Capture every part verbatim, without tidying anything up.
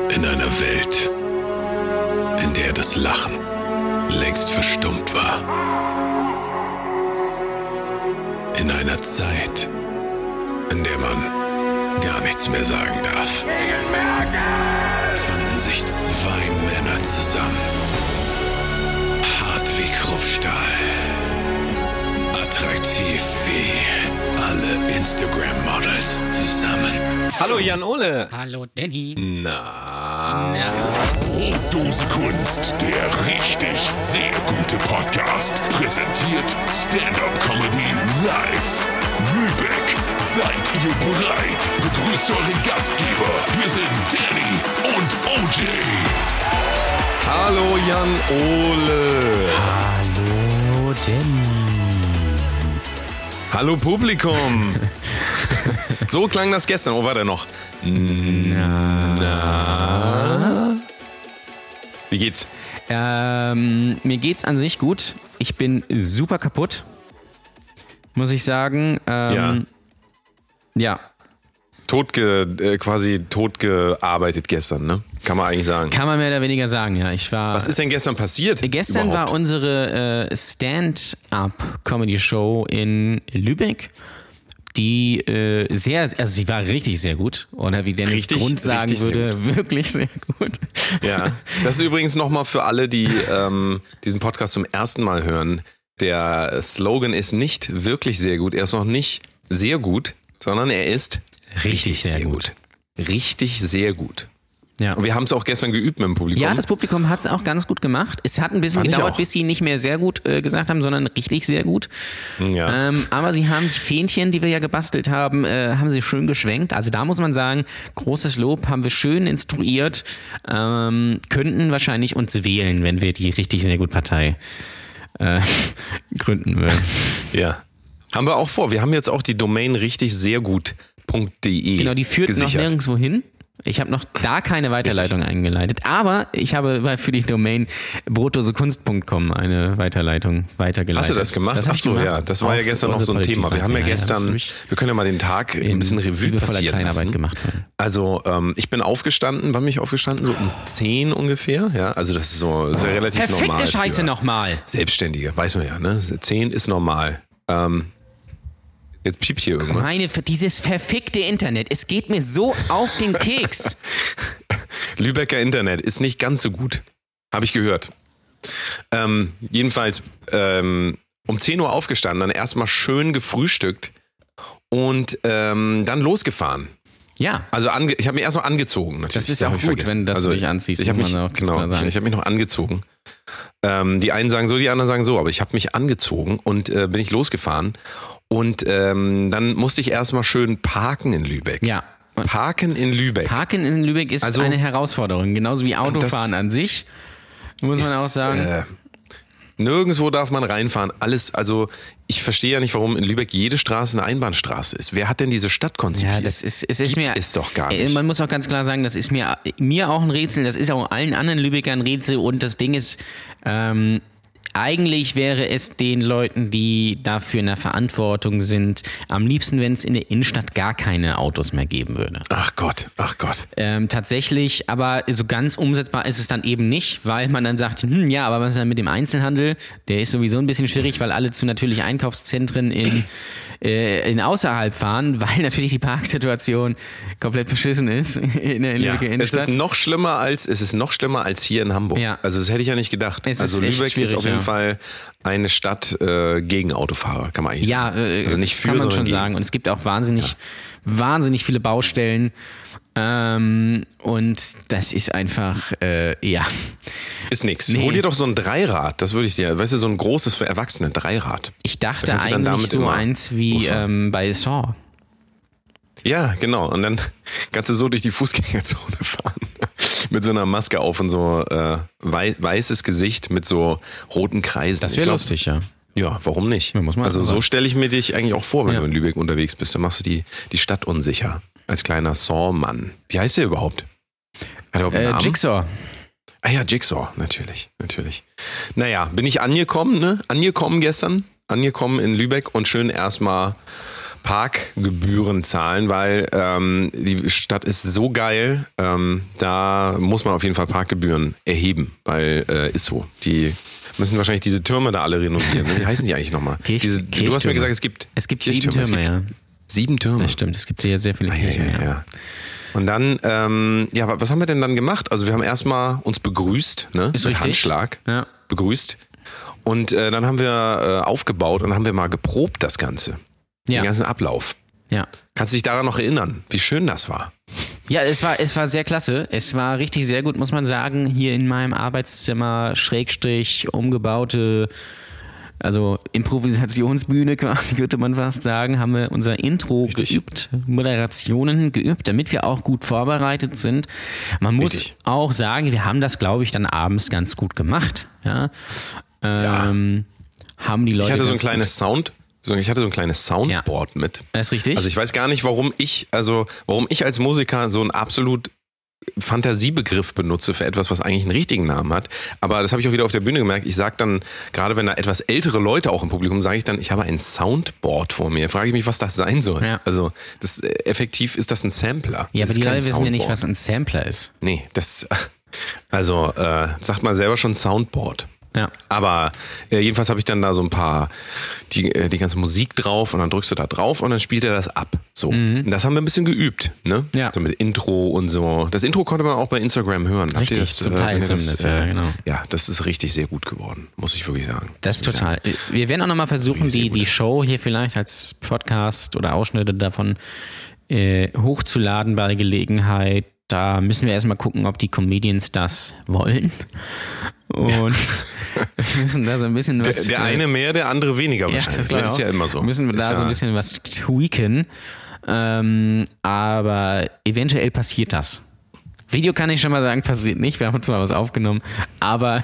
In einer Welt, in der das Lachen längst verstummt war. In einer Zeit, in der man gar nichts mehr sagen darf. Fanden sich zwei Männer zusammen. Hart wie Kruppstahl. Attraktiv wie alle Instagram-Models zusammen. Hallo Jan Ole. Hallo Danny. Na. Na. Brotdose Kunst, der richtig sehr gute Podcast, präsentiert Stand-Up-Comedy live. Lübeck, seid ihr bereit? Begrüßt eure Gastgeber. Hier sind Danny und O J. Hallo Jan Ole. Hallo Danny. Hallo Publikum. So klang das gestern. Oh, warte noch. Na. Na. Wie geht's? Ähm, mir geht's an sich gut. Ich bin super kaputt, muss ich sagen. Ähm, ja. Ja. Totge, äh, quasi totgearbeitet gestern, ne? Kann man eigentlich sagen. Kann man mehr oder weniger sagen, ja. Ich war. Was ist denn gestern passiert? Gestern überhaupt? war unsere äh, Stand-Up-Comedy-Show in Lübeck, die äh, sehr, also sie war richtig sehr gut. Oder wie Dennis Richtig, Grund sagen richtig sehr würde, wirklich sehr gut. Ja, das ist übrigens nochmal für alle, die ähm, diesen Podcast zum ersten Mal hören. Der Slogan ist nicht wirklich sehr gut. Er ist noch nicht sehr gut, sondern er ist Richtig sehr gut. Richtig sehr gut. Ja. Und wir haben es auch gestern geübt mit dem Publikum. Ja, das Publikum hat es auch ganz gut gemacht. Es hat ein bisschen Fand ich gedauert, auch. bis sie nicht mehr sehr gut äh, gesagt haben, sondern richtig sehr gut. Ja. Ähm, aber sie haben die Fähnchen, die wir ja gebastelt haben, äh, haben sie schön geschwenkt. Also da muss man sagen, großes Lob, haben wir schön instruiert. Ähm, könnten wahrscheinlich uns wählen, wenn wir die richtig sehr gut Partei äh, gründen würden. Ja. Haben wir auch vor. Wir haben jetzt auch die Domain richtig sehr gut Punkt de Genau, die führt gesichert. noch nirgendwo hin. Ich habe noch da keine Weiterleitung eingeleitet, aber ich habe für die Domain brotdosekunst Punkt com eine Weiterleitung weitergeleitet. Hast du das gemacht? Das hab Ach ich so, gemacht. ja, das war ja Auf gestern noch so ein unsere Thema. Wir haben ja Politik-Seite. gestern, das hab ich wir können ja mal den Tag ein in bisschen Revue liebevoller passieren Kleinarbeit lassen. gemacht. Also ähm, ich bin aufgestanden, wann bin ich aufgestanden? So um zehn ungefähr, ja. Also das ist so sehr relativ normal. Verfickte Scheiße für nochmal. Selbstständige, weiß man ja, ne? zehn ist normal. Ähm, jetzt piept hier irgendwas. Meine, dieses verfickte Internet, es geht mir so auf den Keks. Lübecker Internet ist nicht ganz so gut. Habe ich gehört. Ähm, jedenfalls ähm, um zehn Uhr aufgestanden, dann erstmal schön gefrühstückt und ähm, dann losgefahren. Ja. Also ange- ich habe mich erst noch angezogen. Natürlich. Das ist ja hab auch ich gut, vergessen. wenn das also, du dich anziehst, Ich habe muss mich, man auch ganz genau, klar ich, sagen. ich habe mich noch angezogen. Ähm, die einen sagen so, die anderen sagen so, aber ich habe mich angezogen und äh, bin ich losgefahren. Und ähm, dann musste ich erstmal schön parken in Lübeck. Ja. Und Parken in Lübeck. Parken in Lübeck ist Also- eine Herausforderung, genauso wie Autofahren Das an sich. Muss man auch ist, sagen. Äh, nirgendwo darf man reinfahren. Alles, also ich verstehe ja nicht, warum in Lübeck jede Straße eine Einbahnstraße ist. Wer hat denn diese Stadt konzipiert? Ja, das ist, es ist Gibt mir. es doch gar äh, nicht. Man muss auch ganz klar sagen, das ist mir, mir auch ein Rätsel, das ist auch allen anderen Lübeckern ein Rätsel und das Ding ist, ähm, eigentlich wäre es den Leuten, die dafür in der Verantwortung sind, am liebsten, wenn es in der Innenstadt gar keine Autos mehr geben würde. Ach Gott, ach Gott. Ähm, tatsächlich, aber so ganz umsetzbar ist es dann eben nicht, weil man dann sagt, hm, ja, aber was ist denn mit dem Einzelhandel? Der ist sowieso ein bisschen schwierig, weil alle zu natürlich Einkaufszentren in, äh, in außerhalb fahren, weil natürlich die Parksituation komplett beschissen ist in der Ja, Lübecker es Innenstadt. ist noch schlimmer als es ist noch schlimmer als hier in Hamburg. Ja. Also das hätte ich ja nicht gedacht. Es also ist echt Lübeck ist schwierig, auf jeden ja. Fall eine Stadt äh, gegen Autofahrer, kann man eigentlich Ja, sagen. äh, Also nicht für, kann man sondern schon gegen. sagen. Und es gibt auch wahnsinnig, wahnsinnig viele Baustellen. Ähm, und das ist einfach, äh, ja. Ist nix. Nee. Hol dir doch so ein Dreirad, das würde ich dir, weißt du, so ein großes für Erwachsene, Dreirad. Ich dachte Da kannst du dann eigentlich damit so immer eins wie losfahren. ähm, bei Saw. Ja, genau. Und dann kannst du so durch die Fußgängerzone fahren. Mit so einer Maske auf und so äh, wei- weißes Gesicht mit so roten Kreisen. Das Ich wäre glaub, lustig, ja. Ja, warum nicht? Ja, muss man also einfach so sagen. stelle ich mir dich eigentlich auch vor, wenn Ja. du in Lübeck unterwegs bist. Dann machst du die, die Stadt unsicher. Als kleiner Saw-Mann. Wie heißt der überhaupt? Hat er überhaupt einen Äh, Namen? Jigsaw. Ah ja, Jigsaw, natürlich, natürlich. Naja, bin ich angekommen, ne? Angekommen gestern, angekommen in Lübeck und schön erstmal Parkgebühren zahlen, weil ähm, die Stadt ist so geil, ähm, da muss man auf jeden Fall Parkgebühren erheben, weil äh, ist so. Die müssen wahrscheinlich diese Türme da alle renovieren. Wie heißen die eigentlich nochmal? Kirch- Diese, du hast mir gesagt, es gibt, Es gibt sieben Kirchtürme. Türme, es gibt ja. Sieben Türme. Das stimmt, es gibt sehr, sehr viele Ah, Kirchen. ja, ja, ja. Und dann, ähm, ja, wa- was haben wir denn dann gemacht? Also wir haben erstmal uns begrüßt, ne? Ist Mit richtig. Handschlag Ja. begrüßt. Und äh, dann haben wir äh, aufgebaut und dann haben wir mal geprobt das Ganze. Ja. Den ganzen Ablauf. Ja. Kannst du dich daran noch erinnern, wie schön das war? Ja, es war, es war sehr klasse. Es war richtig sehr gut, muss man sagen. Hier in meinem Arbeitszimmer, Schrägstrich, umgebaute, also Improvisationsbühne quasi, könnte man fast sagen, haben wir unser Intro Richtig. geübt, Moderationen geübt, damit wir auch gut vorbereitet sind. Man muss Richtig. auch sagen, wir haben das, glaube ich, dann abends ganz gut gemacht. Ja. Ähm, haben die Leute Ich hatte so ein ganz kleines Sound, so, ich hatte so ein kleines Soundboard mit. Das ist richtig. Also ich weiß gar nicht, warum ich, also warum ich als Musiker so einen absolut Fantasiebegriff benutze für etwas, was eigentlich einen richtigen Namen hat. Aber das habe ich auch wieder auf der Bühne gemerkt. Ich sage dann, gerade wenn da etwas ältere Leute auch im Publikum, sage ich dann, ich habe ein Soundboard vor mir. Frage ich mich, was das sein soll. Ja. Also das, äh, effektiv ist das ein Sampler. ja, Das aber ist die kein Leute wissen ja nicht, Soundboard. was ein Sampler ist. Nee, das, also äh, sagt man selber schon Soundboard. Ja. Aber äh, jedenfalls habe ich dann da so ein paar, die, äh, die ganze Musik drauf und dann drückst du da drauf und dann spielt er das ab. So. Und das haben wir ein bisschen geübt, ne? Ja. So mit Intro und so. Das Intro konnte man auch bei Instagram hören. Habt ihr Richtig, das, zum äh, Teil wenn ihr das, zumindest, ja, genau. Ja, das ist richtig sehr gut geworden, muss ich wirklich sagen. Das ist muss ich total. sagen. Wir werden auch nochmal versuchen, Wirklich sehr die, gut. die Show hier vielleicht als Podcast oder Ausschnitte davon äh, hochzuladen bei Gelegenheit. Da müssen wir erstmal gucken, ob die Comedians das wollen. Und wir müssen da so ein bisschen was. Der, der eine mehr, der andere weniger ja, wahrscheinlich. das glaube ich ist auch. ja immer so. Müssen wir Ist da ja, so ein bisschen was tweaken. Ähm, aber eventuell passiert das. Video kann ich schon mal sagen, passiert nicht. Wir haben zwar was aufgenommen, aber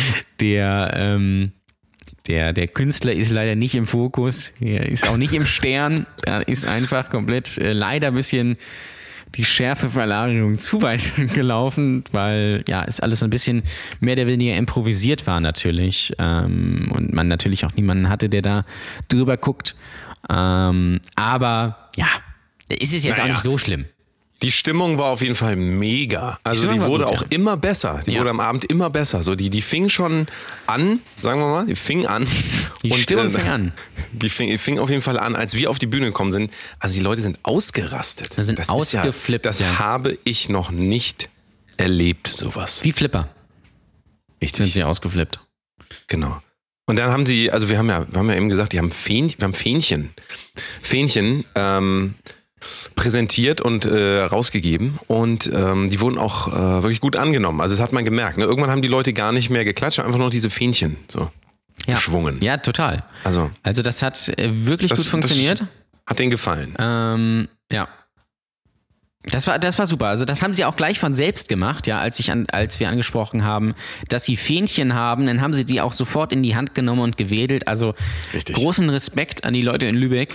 der, ähm, der, der Künstler ist leider nicht im Fokus. Er ist auch nicht im Stern. Da ist einfach komplett äh, leider ein bisschen die Schärfeverlagerung zu weit gelaufen, weil ja, es alles so ein bisschen mehr oder weniger improvisiert war natürlich. Ähm, und man natürlich auch niemanden hatte, der da drüber guckt. Ähm, aber ja, ist es jetzt Naja. auch nicht so schlimm. Die Stimmung war auf jeden Fall mega. Also Stimmung die war wurde gut, auch ja. immer besser. Die Ja. wurde am Abend immer besser. So die, die fing schon an, sagen wir mal, die fing an. Die Stimmung fing an. Die fing, fing auf jeden Fall an, als wir auf die Bühne gekommen sind. Also die Leute sind ausgerastet. Da sind das ausgeflippt, Ist ja, das ja. habe ich noch nicht erlebt, sowas. Wie Flipper sind Richtig, sie ausgeflippt. genau. Und dann haben sie, also wir haben ja, wir haben ja eben gesagt, die haben Fähnchen, wir haben Fähnchen, Fähnchen ähm, präsentiert und äh, rausgegeben und ähm, die wurden auch äh, wirklich gut angenommen. Also das hat man gemerkt. Ne? Irgendwann haben die Leute gar nicht mehr geklatscht, einfach nur diese Fähnchen so Ja. geschwungen. Ja, total. Also Also das hat äh, wirklich das, gut funktioniert. Das hat denen gefallen. Ähm, ja. Das war, das war super. Also das haben sie auch gleich von selbst gemacht, ja, als ich an, als wir angesprochen haben, dass sie Fähnchen haben, dann haben sie die auch sofort in die Hand genommen und gewedelt. Also Richtig. großen Respekt an die Leute in Lübeck.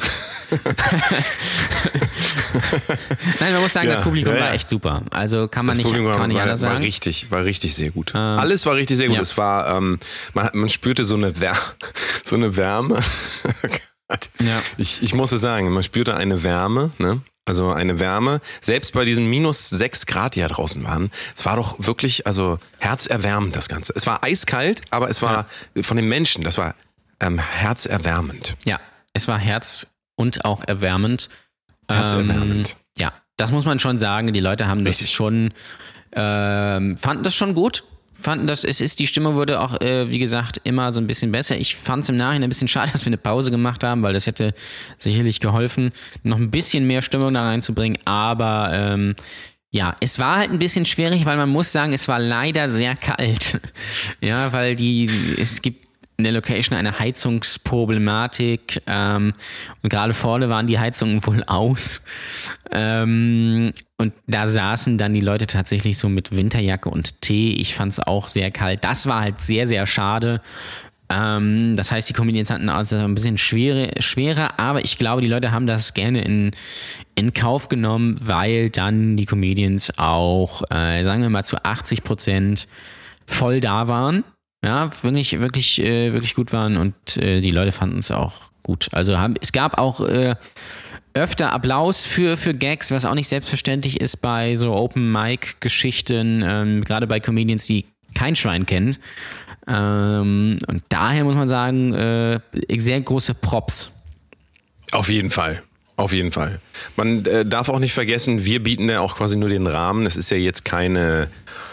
Nein, man muss sagen, Ja, das Publikum ja, ja. war echt super. Also kann man Das nicht, Publikum kann man nicht war, anders war sagen. richtig, war richtig sehr gut. Alles war richtig sehr gut. Ja. Es war, ähm, man, man spürte so eine, Wär so eine Wärme. Ja. Ich, ich muss es sagen, man spürte eine Wärme, ne? Also eine Wärme, selbst bei diesen minus sechs Grad, die ja draußen waren. Es war doch wirklich, also herzerwärmend das Ganze. Es war eiskalt, aber es war von den Menschen, das war ähm, herzerwärmend. Ja, es war herz- und auch erwärmend. Herzerwärmend. Ähm, ja, das muss man schon sagen. Die Leute haben das Richtig. schon, ähm, fanden das schon gut. Fanden das, es ist, die Stimmung wurde auch, äh, wie gesagt, immer so ein bisschen besser. Ich fand es im Nachhinein ein bisschen schade, dass wir eine Pause gemacht haben, weil das hätte sicherlich geholfen, noch ein bisschen mehr Stimmung da reinzubringen. Aber ähm, ja, es war halt ein bisschen schwierig, weil man muss sagen, es war leider sehr kalt. Ja, weil die, es gibt in der Location eine Heizungsproblematik ähm, und gerade vorne waren die Heizungen wohl aus ähm, und da saßen dann die Leute tatsächlich so mit Winterjacke und Tee. Ich fand es auch sehr kalt. Das war halt sehr, sehr schade. Ähm, das heißt, die Comedians hatten also ein bisschen schwere, schwerer, aber ich glaube, die Leute haben das gerne in, in Kauf genommen, weil dann die Comedians auch, äh, sagen wir mal, zu achtzig Prozent voll da waren. Ja, wirklich, wirklich, äh, wirklich gut waren und äh, die Leute fanden es auch gut. Also haben, es gab auch äh, öfter Applaus für, für Gags, was auch nicht selbstverständlich ist bei so Open-Mic-Geschichten, ähm, gerade bei Comedians, die kein Schwein kennen. Ähm, und daher muss man sagen, äh, sehr große Props. Auf jeden Fall. Auf jeden Fall. Man äh, darf auch nicht vergessen, wir bieten ja auch quasi nur den Rahmen. Es ist ja jetzt keine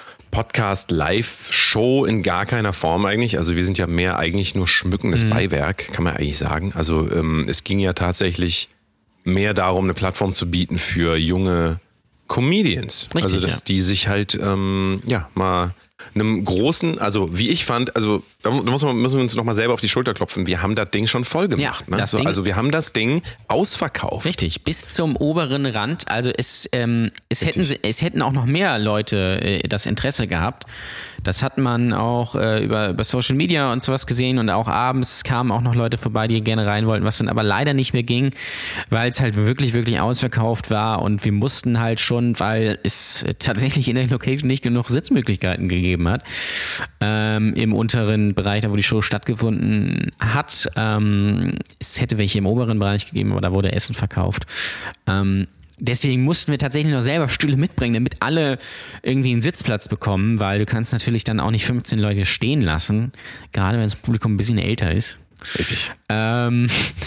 Podcast-Live-Show in gar keiner Form eigentlich. Also wir sind ja mehr eigentlich nur schmückendes mhm. Beiwerk, kann man eigentlich sagen. Also ähm, es ging ja tatsächlich mehr darum, eine Plattform zu bieten für junge Comedians. Richtig, also dass ja. die sich halt ähm, ja mal einem großen, also wie ich fand, also da muss man, müssen wir uns nochmal selber auf die Schulter klopfen. Wir haben das Ding schon voll gemacht. Ja, ne? so, Ding, also wir haben das Ding ausverkauft. Richtig, bis zum oberen Rand. Also es, ähm, es, hätten, es hätten auch noch mehr Leute äh, das Interesse gehabt. Das hat man auch äh, über, über Social Media und sowas gesehen und auch abends kamen auch noch Leute vorbei, die gerne rein wollten, was dann aber leider nicht mehr ging, weil es halt wirklich, wirklich ausverkauft war und wir mussten halt schon, weil es tatsächlich in der Location nicht genug Sitzmöglichkeiten gegeben hat, ähm, im unteren Bereich, da wo die Show stattgefunden hat. Ähm, es hätte welche im oberen Bereich gegeben, aber da wurde Essen verkauft. Ähm, Deswegen mussten wir tatsächlich noch selber Stühle mitbringen, damit alle irgendwie einen Sitzplatz bekommen, weil du kannst natürlich dann auch nicht fünfzehn Leute stehen lassen, gerade wenn das Publikum ein bisschen älter ist. Richtig. Ähm,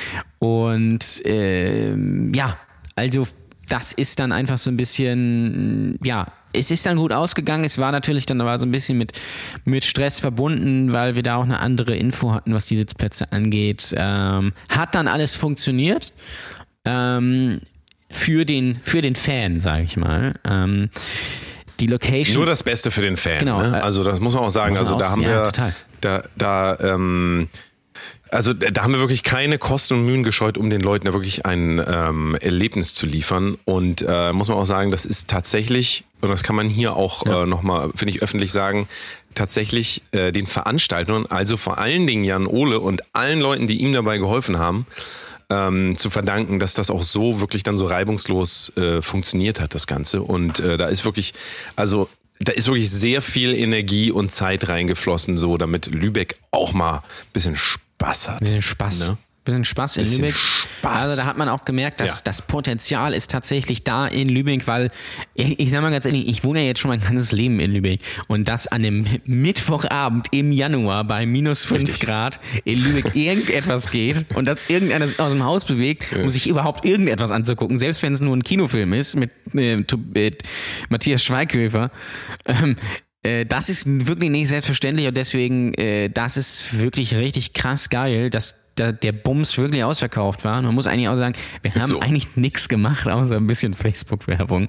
und ähm, ja, also das ist dann einfach so ein bisschen, ja, es ist dann gut ausgegangen. Es war natürlich dann aber so ein bisschen mit, mit Stress verbunden, weil wir da auch eine andere Info hatten, was die Sitzplätze angeht. Ähm, hat dann alles funktioniert. Ähm, Für den, für den Fan, sage ich mal. Ähm, die Location. Nur das Beste für den Fan. Genau. Ne? Also das muss man auch sagen. Also da aus, haben ja, wir, total. da, da, ähm, also da haben wir wirklich keine Kosten und Mühen gescheut, um den Leuten da wirklich ein ähm, Erlebnis zu liefern. Und äh, muss man auch sagen, das ist tatsächlich, und das kann man hier auch ja. äh, nochmal, finde ich, öffentlich sagen, tatsächlich äh, den Veranstaltern, also vor allen Dingen Jan Ole und allen Leuten, die ihm dabei geholfen haben, Ähm, zu verdanken, dass das auch so wirklich dann so reibungslos äh, funktioniert hat, das Ganze. Und äh, da ist wirklich, also da ist wirklich sehr viel Energie und Zeit reingeflossen, so damit Lübeck auch mal ein bisschen Spaß hat. Ein bisschen Spaß. Ne? Bisschen Spaß in bisschen Lübeck. Spaß. Also da hat man auch gemerkt, dass Ja. das Potenzial ist tatsächlich da in Lübeck, weil ich, ich sag mal ganz ehrlich, ich wohne ja jetzt schon mein ganzes Leben in Lübeck und dass an dem Mittwochabend im Januar bei minus fünf Richtig. Grad in Lübeck irgendetwas geht und dass irgendeiner sich aus dem Haus bewegt, um sich überhaupt irgendetwas anzugucken, selbst wenn es nur ein Kinofilm ist mit, äh, mit Matthias Schweighöfer, ähm, das ist wirklich nicht selbstverständlich und deswegen, äh, das ist wirklich richtig krass geil, dass der, der Bums wirklich ausverkauft war. Und man muss eigentlich auch sagen, wir haben so. eigentlich nichts gemacht, außer ein bisschen Facebook-Werbung.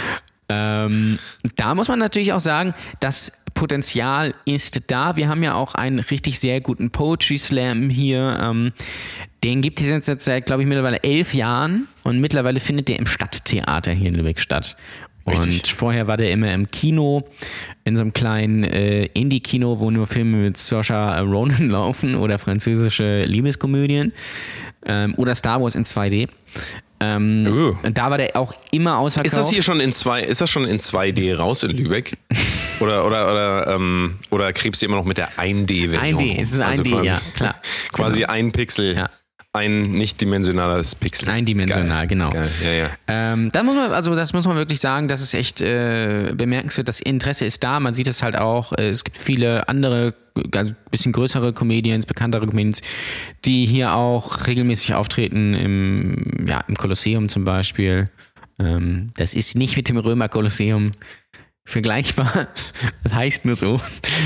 Ähm, da muss man natürlich auch sagen, das Potenzial ist da. Wir haben ja auch einen richtig sehr guten Poetry Slam hier. Ähm, den gibt es jetzt seit, glaube ich, mittlerweile elf Jahren und mittlerweile findet der im Stadttheater hier in Lübeck statt. Richtig. Und vorher war der immer im Kino, in so einem kleinen äh, Indie-Kino, wo nur Filme mit Saoirse Ronan laufen oder französische Liebeskomödien ähm, oder Star Wars in zwei D. Ähm, Oh. Und da war der auch immer ausverkauft. Ist das hier schon in zwei, ist das schon in zwei D raus in Lübeck? Oder, oder, oder, ähm, oder krebst du immer noch mit der eins D-Version? ein D, es ist ein D, quasi, ja, klar. Quasi Genau. ein Pixel. Ja. Ein nicht-dimensionales Pixel. Eindimensional, Geil. genau. Geil. Ja, ja. Ähm, da muss man, also das muss man wirklich sagen, das ist echt äh, bemerkenswert. Das Interesse ist da. Man sieht es halt auch. Äh, es gibt viele andere, also ein bisschen größere Comedians, bekanntere Comedians, die hier auch regelmäßig auftreten im, ja, im Kolosseum zum Beispiel. Ähm, das ist nicht mit dem Römer Kolosseum vergleichbar. Das heißt nur so.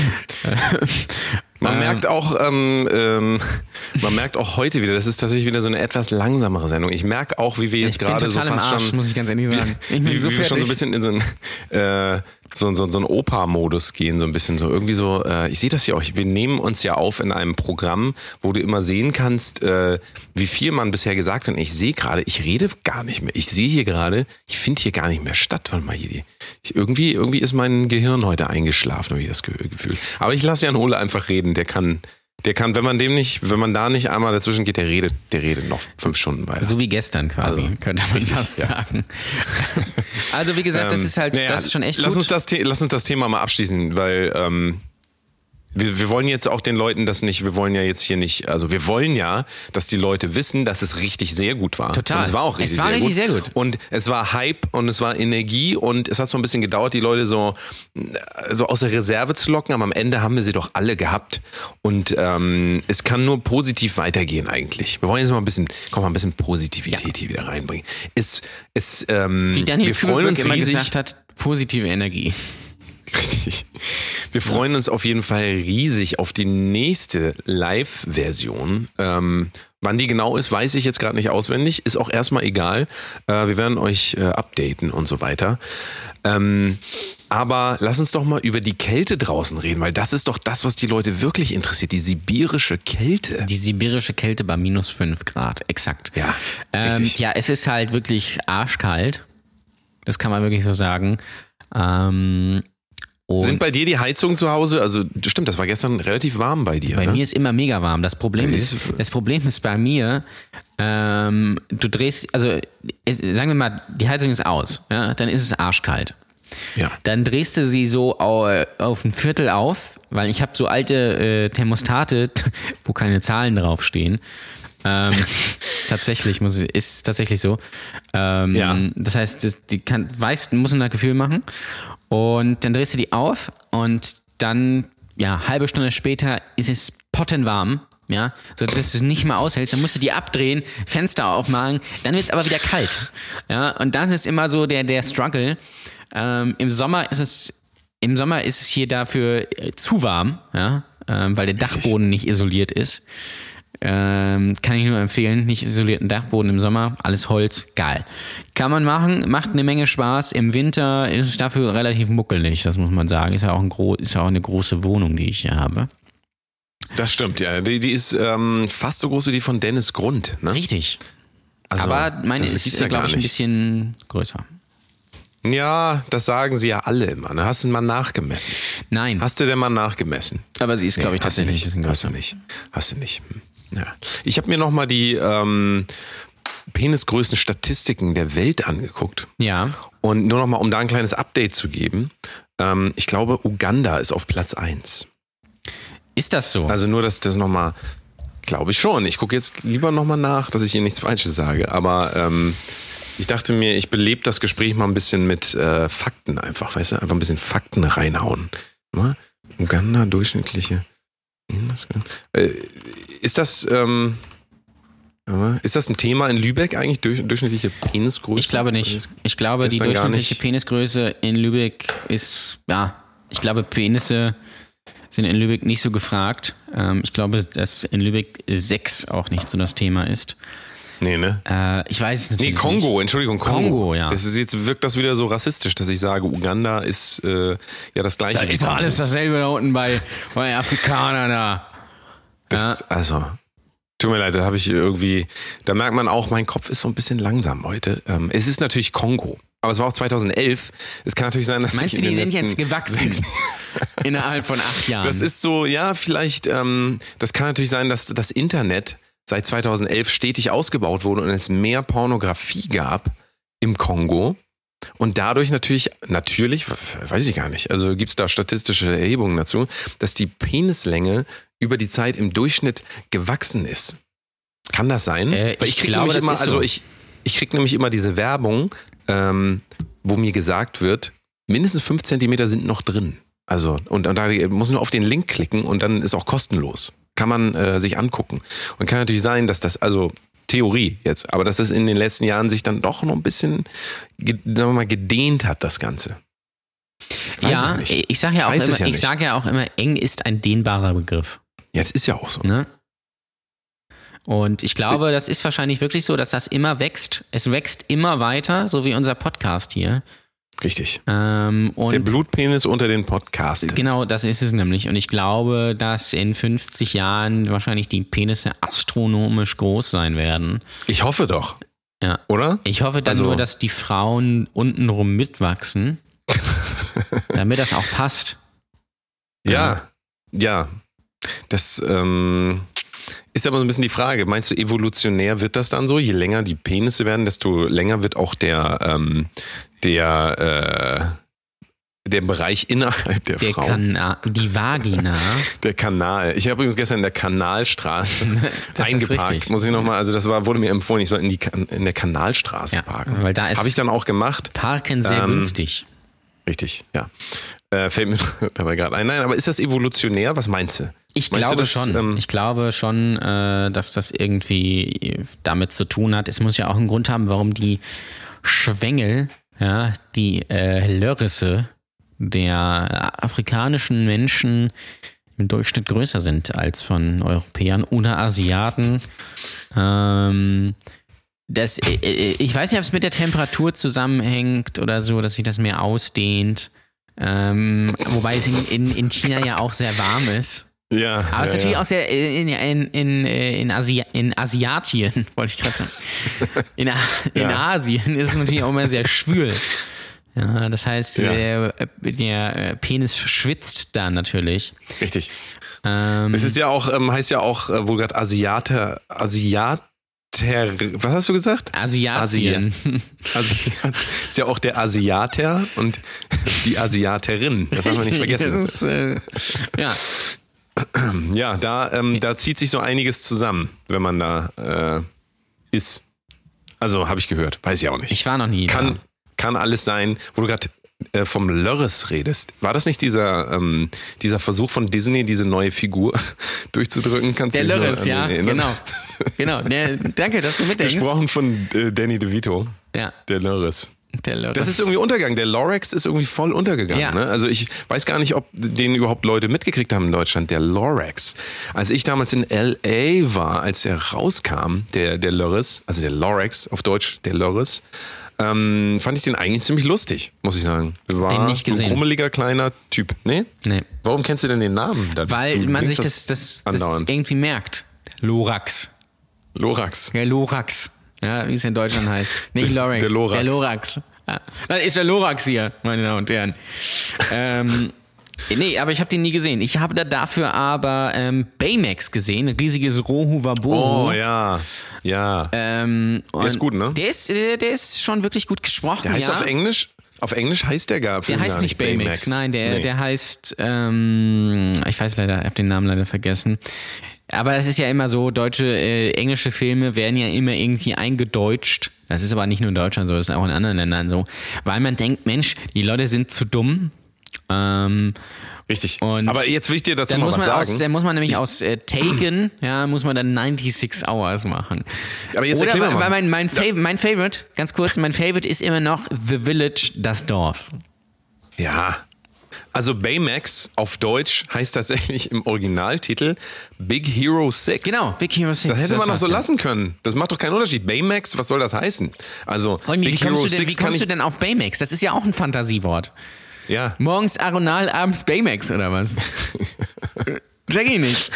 Man Ähm, merkt auch, ähm, ähm, man merkt auch heute wieder, das ist tatsächlich wieder so eine etwas langsamere Sendung. Ich merke auch, wie wir jetzt Ich bin gerade so total im fast Arsch, schon, muss ich ganz ehrlich sagen. Ich bin wie, so wie wir schon so fertig. ein bisschen in so einen, äh, so, so, so einen Opa-Modus gehen, so ein bisschen so irgendwie so. Äh, ich sehe das ja auch. Wir nehmen uns ja auf in einem Programm, wo du immer sehen kannst, äh, wie viel man bisher gesagt hat. Und ich sehe gerade, ich rede gar nicht mehr. Ich sehe hier gerade, ich finde hier gar nicht mehr statt. Warte mal hier die. Ich, irgendwie, irgendwie ist mein Gehirn heute eingeschlafen, habe ich das Ge- Gefühl. Aber ich lasse Jan Ole einfach reden. Der kann. Der kann, wenn man dem nicht, wenn man da nicht einmal dazwischen geht, der redet, der redet noch fünf Stunden weiter. So wie gestern quasi, Also, könnte man fast ja. sagen. Also wie gesagt, das Ähm, ist halt, naja, das ist schon echt lass gut. Uns das The- lass uns das Thema mal abschließen, weil ähm, Wir, wir wollen jetzt auch den Leuten das nicht, wir wollen ja jetzt hier nicht, also wir wollen ja, dass die Leute wissen, dass es richtig sehr gut war. Total. Und es war auch richtig, es war sehr, richtig gut. sehr gut. Und es war Hype und es war Energie und es hat so ein bisschen gedauert, die Leute so, so aus der Reserve zu locken, aber am Ende haben wir sie doch alle gehabt. Und ähm, es kann nur positiv weitergehen eigentlich. Wir wollen jetzt mal ein bisschen, komm mal ein bisschen Positivität ja. hier wieder reinbringen. Es, es, ähm, Wie Daniel wir freuen uns immer riesig. gesagt hat, positive Energie. Richtig. Wir freuen uns auf jeden Fall riesig auf die nächste Live-Version. Ähm, wann die genau ist, weiß ich jetzt gerade nicht auswendig. Ist auch erstmal egal. Äh, wir werden euch äh, updaten und so weiter. Ähm, aber lass uns doch mal über die Kälte draußen reden, weil das ist doch das, was die Leute wirklich interessiert. Die sibirische Kälte. Die sibirische Kälte bei minus fünf Grad, exakt. Ja, ähm, richtig. Ja, es ist halt wirklich arschkalt. Das kann man wirklich so sagen. Ähm... Und Sind bei dir die Heizungen zu Hause? Also stimmt, das war gestern relativ warm bei dir. Bei ne? mir ist immer mega warm. Das Problem ist, das Problem ist bei mir, ähm, du drehst, also es, sagen wir mal, die Heizung ist aus, ja, dann ist es arschkalt. Ja. Dann drehst du sie so auf, auf ein Viertel auf, weil ich habe so alte äh, Thermostate, wo keine Zahlen draufstehen. Ähm, tatsächlich muss ist tatsächlich so. Ähm, Ja. Das heißt, die kann, weißt, muss ein Gefühl machen. Und dann drehst du die auf und dann, ja, halbe Stunde später ist es pottenwarm, ja, so dass du es nicht mehr aushältst. Dann musst du die abdrehen, Fenster aufmachen, dann wird es aber wieder kalt. Ja, und das ist immer so der, der Struggle. Ähm, Im Sommer ist es, im Sommer ist es hier dafür äh, zu warm, ja, ähm, weil der Dachboden nicht isoliert ist. Ähm, kann ich nur empfehlen, nicht isolierten Dachboden im Sommer, alles Holz, geil. Kann man machen, macht eine Menge Spaß. Im Winter ist es dafür relativ muckelig, das muss man sagen. Ist ja auch, ein gro- ist ja auch eine große Wohnung, die ich hier habe. Das stimmt, ja. Die, die ist ähm, fast so groß wie die von Dennis Grund. Ne? Richtig. Also, Aber meine das ist, gibt's ja glaube gar ich, ein nicht. bisschen größer. Ja, das sagen sie ja alle immer. Ne? Hast du mal nachgemessen? Nein, Hast du denn mal nachgemessen? aber sie ist, glaube ich, Nee, hast du tatsächlich ein nicht. bisschen Hast größer. du nicht. Hast du nicht. Hm. Ja. Ich habe mir nochmal die ähm, Penisgrößen Statistiken der Welt angeguckt. Ja, Und nur nochmal, um da ein kleines Update zu geben. Ähm, ich glaube, Uganda ist auf Platz eins. ist das so? Also nur, dass das nochmal, glaube ich schon. Ich gucke jetzt lieber nochmal nach, dass ich hier nichts Falsches sage. Aber ähm, ich dachte mir, ich belebe das Gespräch mal ein bisschen mit äh, Fakten einfach, weißt du? Einfach ein bisschen Fakten reinhauen. Mal, Uganda, durchschnittliche. Äh, ist das, ähm, ist das ein Thema in Lübeck eigentlich, durch, durchschnittliche Penisgröße? Ich glaube nicht. Ich glaube, Ist die dann gar durchschnittliche nicht- Penisgröße in Lübeck ist, ja, ich glaube, Penisse sind in Lübeck nicht so gefragt. Ähm, ich glaube, dass in Lübeck Sex auch nicht so das Thema ist. Nee, ne? Äh, ich weiß es Nee, natürlich Kongo, nicht. Entschuldigung, Kongo. Kongo, ja. Das ist jetzt, wirkt das wieder so rassistisch, dass ich sage, Uganda ist äh, ja das gleiche. Da wie ist doch Kongo. alles dasselbe da unten bei, bei den Afrikanern da. Das, also, tut mir leid, da habe ich irgendwie, da merkt man auch, mein Kopf ist so ein bisschen langsam heute. Ähm, es ist natürlich Kongo, aber es war auch zweitausendelf. Es kann natürlich sein, dass Meinst ich du, in die den sind letzten jetzt gewachsen? sechs- Innerhalb von acht Jahren. Das ist so, ja, vielleicht, ähm, das kann natürlich sein, dass das Internet seit zweitausendelf stetig ausgebaut wurde und es mehr Pornografie gab im Kongo. Und dadurch natürlich, natürlich, weiß ich gar nicht, also gibt es da statistische Erhebungen dazu, dass die Penislänge über die Zeit im Durchschnitt gewachsen ist. Kann das sein? Äh, Weil ich krieg glaube, nämlich das immer, ist also so. ich, ich kriege nämlich immer diese Werbung, ähm, wo mir gesagt wird, mindestens fünf Zentimeter sind noch drin. Also, und, und da muss nur auf den Link klicken und dann ist auch kostenlos. Kann man äh, sich angucken. Und kann natürlich sein, dass das, also Theorie jetzt, aber dass das in den letzten Jahren sich dann doch noch ein bisschen, ge- sagen wir mal, gedehnt hat, das Ganze. Ich weiß ja, es nicht. ich sage ja, auch Weiß es immer, ja ich nicht. sage ja auch immer, eng ist ein dehnbarer Begriff. Ja, es ist ja auch so. Ne? Und ich glaube, das ist wahrscheinlich wirklich so, dass das immer wächst. Es wächst immer weiter, so wie unser Podcast hier. Richtig. Ähm, und Der Blutpenis unter den Podcasten. genau, das ist es nämlich. Und ich glaube, dass in fünfzig Jahren wahrscheinlich die Penisse astronomisch groß sein werden. Ich hoffe doch. Ja. Oder? Ich hoffe dann Also- nur, dass die Frauen untenrum mitwachsen, damit das auch passt. Ja. Ja. Das ähm, ist aber so ein bisschen die Frage. Meinst du, evolutionär wird das dann so? Je länger die Penisse werden, desto länger wird auch der, ähm, der, äh, der Bereich innerhalb der, Der Frau. Kana- die Vagina. Der Kanal. Ich habe übrigens gestern in der Kanalstraße Das ist eingeparkt. richtig. Muss ich nochmal, also das war, wurde mir empfohlen, ich soll in, die, Kan- in der Kanalstraße Ja, parken. weil da ist- Habe ich dann auch gemacht. Parken sehr Ähm, günstig. Richtig, ja. Äh, fällt mir dabei gerade ein. Nein, aber ist das evolutionär? Was meinst du? Ich Meinst du, glaube das, schon. ähm, ich glaube schon, äh, dass das irgendwie damit zu tun hat. Es muss ja auch einen Grund haben, warum die Schwängel, ja, die äh, Lörrisse der afrikanischen Menschen im Durchschnitt größer sind als von Europäern oder Asiaten. Ähm, das, äh, ich weiß nicht, ob es mit der Temperatur zusammenhängt oder so, dass sich das mehr ausdehnt. Ähm, wobei es in, in, in China ja auch sehr warm ist. Ja. Aber es ist ja, natürlich ja. auch sehr in, in, in, in, Asi in Asiatien, wollte ich gerade sagen. In, A in Ja. Asien ist es natürlich auch immer sehr schwül. Ja, das heißt, Ja. der, der Penis schwitzt da natürlich. Richtig. Ähm, Es ist ja auch, ähm, heißt ja auch, äh, wo gerade Asiater, Asiater, was hast du gesagt? Asiatien. Asiat, ist ja auch der Asiater und die Asiaterin. Das darf man nicht vergessen. Das ist, äh, ja. Ja, da, ähm, da zieht sich so einiges zusammen, wenn man da äh, ist. Also habe ich gehört, weiß ich auch nicht. Ich war noch nie kann, da. kann alles sein, wo du gerade äh, vom Lörres redest. War das nicht dieser, ähm, dieser Versuch von Disney, diese neue Figur durchzudrücken? Kannst Der du dich noch Lörres, an ja, den erinnern? genau. genau. Der, danke, dass du mitdenkst. Gesprochen von äh, Danny DeVito, Ja, der Lörres. der Lörres. Das ist irgendwie untergegangen. Der Lorax ist irgendwie voll untergegangen. Ja. Ne? Also ich weiß gar nicht, ob den überhaupt Leute mitgekriegt haben in Deutschland. Der Lorax. Als ich damals in L A war, als er rauskam, der, der Lörres, also der Lorax, auf Deutsch der Lörres, ähm, fand ich den eigentlich ziemlich lustig, muss ich sagen. War Den nicht gesehen. ein krummeliger kleiner Typ. Nee? Nee. Warum kennst du denn den Namen? Da- Weil du man sich bringst das, das, das andauernd. irgendwie merkt. Lorax. Lorax. Der Lorax. Ja, wie es in Deutschland heißt. Nicht Der- Lorax. der Lorax. Der Lorax. Ja. Das ist der Lorax hier, meine Damen und Herren. ähm, nee, aber ich habe den nie gesehen. Ich habe da dafür aber ähm, Baymax gesehen, ein riesiges Rohu-Wabohu. Oh ja, ja. Ähm, Der ist und gut, ne? Der ist, der, der ist schon wirklich gut gesprochen. Der heißt ja. auf Englisch? Auf Englisch heißt der gar Der gar heißt nicht Baymax. Baymax. Nein, der, Nee. der heißt, ähm, ich weiß leider, ich habe den Namen leider vergessen. Aber es ist ja immer so, deutsche, äh, englische Filme werden ja immer irgendwie eingedeutscht. Das ist aber nicht nur in Deutschland so, das ist auch in anderen Ländern so. Weil man denkt, Mensch, die Leute sind zu dumm. Ähm, Richtig. Und aber jetzt will ich dir dazu dann mal muss was man sagen. aus, dann muss man nämlich aus äh, Taken, ja, muss man dann sechsundneunzig Hours machen. Aber jetzt Oder erklär weil mal. weil mein, mein, Fav mein Favorite, ganz kurz, mein Favorite ist immer noch The Village, das Dorf. Ja. Also Baymax auf Deutsch heißt tatsächlich im Originaltitel Big Hero six. Genau, Big Hero six. Das hätte man doch war's so ja. lassen können. Das macht doch keinen Unterschied. Baymax, was soll das heißen? Also Holmi, wie Big kommst, Hero du denn, wie six kann kommst ich... du denn auf Baymax? Das ist ja auch ein Fantasiewort. Ja. Morgens Aronal, abends Baymax oder was? Check ich nicht.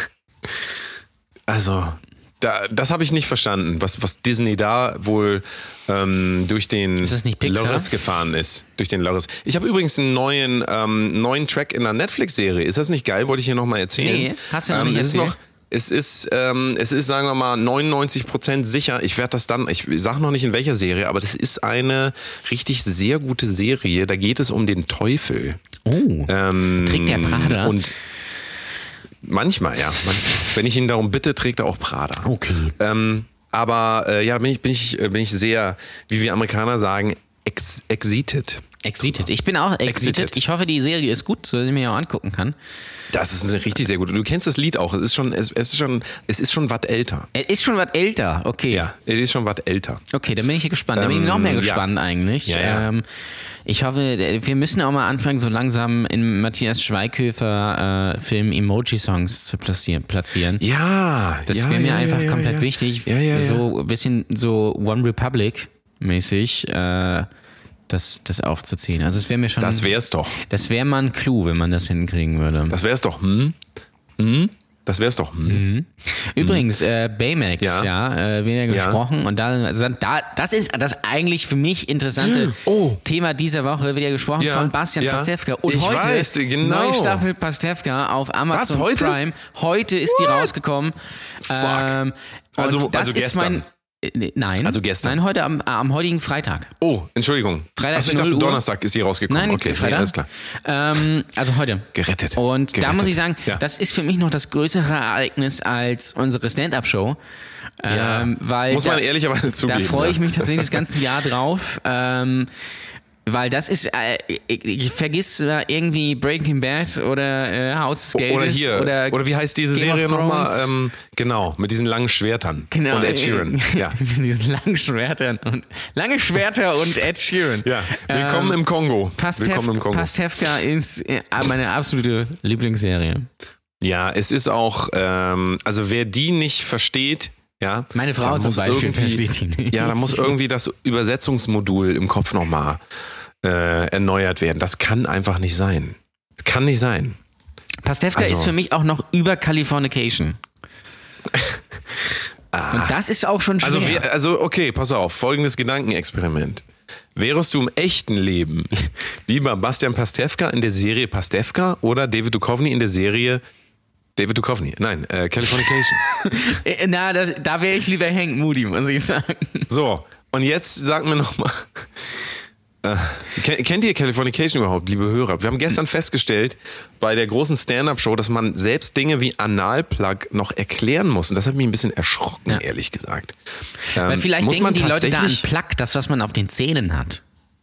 Also, da, das habe ich nicht verstanden, was, was Disney da wohl ähm, durch den Ist das nicht Pixar? Lörres gefahren ist. Durch den Lörres. Ich habe übrigens einen neuen, ähm, neuen Track in einer Netflix-Serie. Ist das nicht geil? Wollte ich hier nochmal erzählen. Nee, hast du noch ähm, nicht es ist erzählt? noch Es ist, ähm, es ist, sagen wir mal, neunundneunzig Prozent sicher. Ich werde das dann, ich sage noch nicht in welcher Serie, aber das ist eine richtig sehr gute Serie. Da geht es um den Teufel. Oh, Ähm, trägt der Prada? Und manchmal, ja. Man, wenn ich ihn darum bitte, trägt er auch Prada. Okay. Ähm, aber äh, ja, bin ich, bin, ich, bin ich sehr, wie wir Amerikaner sagen, ex excited. Excited. Ich bin auch excited. Excited. Ich hoffe, die Serie ist gut, so dass ich mir auch angucken kann. Das ist eine richtig sehr gut. Du kennst das Lied auch. Es ist schon, es, es ist schon, es ist schon was älter. Er ist schon was älter, okay. Ja, es ist schon was älter. Okay, dann bin ich hier gespannt. Dann bin ich noch mehr Ähm, gespannt eigentlich. Ja, ja. Ähm, ich hoffe, wir müssen auch mal anfangen, so langsam in Matthias Schweighöfer äh, Film Emoji-Songs zu platzieren. platzieren. Ja, Das ja, wäre mir ja, einfach ja, komplett ja. wichtig. Ja, ja, ja. So ein bisschen so One Republic mäßig äh, das, das aufzuziehen. Also es wäre mir schon. Das wär's doch. Das wäre mal ein Clou, wenn man das hinkriegen würde. Das wär's doch. Hm? Hm? Das wär's doch. Hm? Übrigens, äh, Baymax, ja, Ja. äh, wieder gesprochen. Und da, da, das ist das eigentlich für mich interessante Oh. Thema dieser Woche, wieder gesprochen Ja, von Bastian ja. Pastewka. Und Ich heute, weiß, genau. neue Staffel Pastewka auf Amazon Was, heute? Prime. Heute ist die rausgekommen. Fuck. Ähm, Also- und das also ist mein, gestern. Äh, nein. Also gestern. Nein, heute am, am heutigen Freitag. Oh, Entschuldigung. Freitag also ich dachte, null Uhr. Donnerstag ist sie rausgekommen. Nein, okay, Freitag. Nee, alles klar. Ähm, also heute. Gerettet. Und Gerettet. da muss ich sagen, ja. das ist für mich noch das größere Ereignis als unsere Stand-Up-Show. Ja, Ähm, weil muss man da, ehrlicherweise zugeben. Da freue ich ja. mich tatsächlich das ganze Jahr drauf. Ähm, Weil das ist, äh, ich, ich vergiss äh, irgendwie Breaking Bad oder äh, Haus des Geldes. Oder hier, oder, oder wie heißt diese Game of Serie nochmal? Thrones. Ähm, genau, mit diesen langen Schwertern. Genau. Und Ed Sheeran. Ja. Mit diesen langen Schwertern und lange Schwerter und Ed Sheeran. ja. Willkommen Ähm, im Kongo. Pastef, Willkommen im Kongo. Pastewka ist äh, meine absolute Lieblingsserie. Ja, es ist auch, ähm, also wer die nicht versteht, ja. Meine Frau da zum muss Beispiel irgendwie- versteht die nicht. Ja, da muss irgendwie das Übersetzungsmodul im Kopf nochmal äh, erneuert werden. Das kann einfach nicht sein. Das kann nicht sein. Pastewka Also- ist für mich auch noch über Californication. Und das ist auch schon schwer. Also, wer, also okay, pass auf, folgendes Gedankenexperiment. Wärst du im echten Leben lieber Bastian Pastewka in der Serie Pastewka oder David Duchovny in der Serie David Duchovny? Nein, äh, Californication. Äh, Na, das, da wäre ich lieber Hank Moody, muss ich sagen. So, und jetzt sag mir nochmal, äh, ken- kennt ihr Californication überhaupt, liebe Hörer? Wir haben gestern festgestellt bei der großen Stand-Up-Show, dass man selbst Dinge wie Analplug noch erklären muss. Und das hat mich ein bisschen erschrocken, Ja. ehrlich gesagt. Ähm, Weil vielleicht muss denken man die Leute da an tatsächlich- Plug, das, was man auf den Zähnen hat.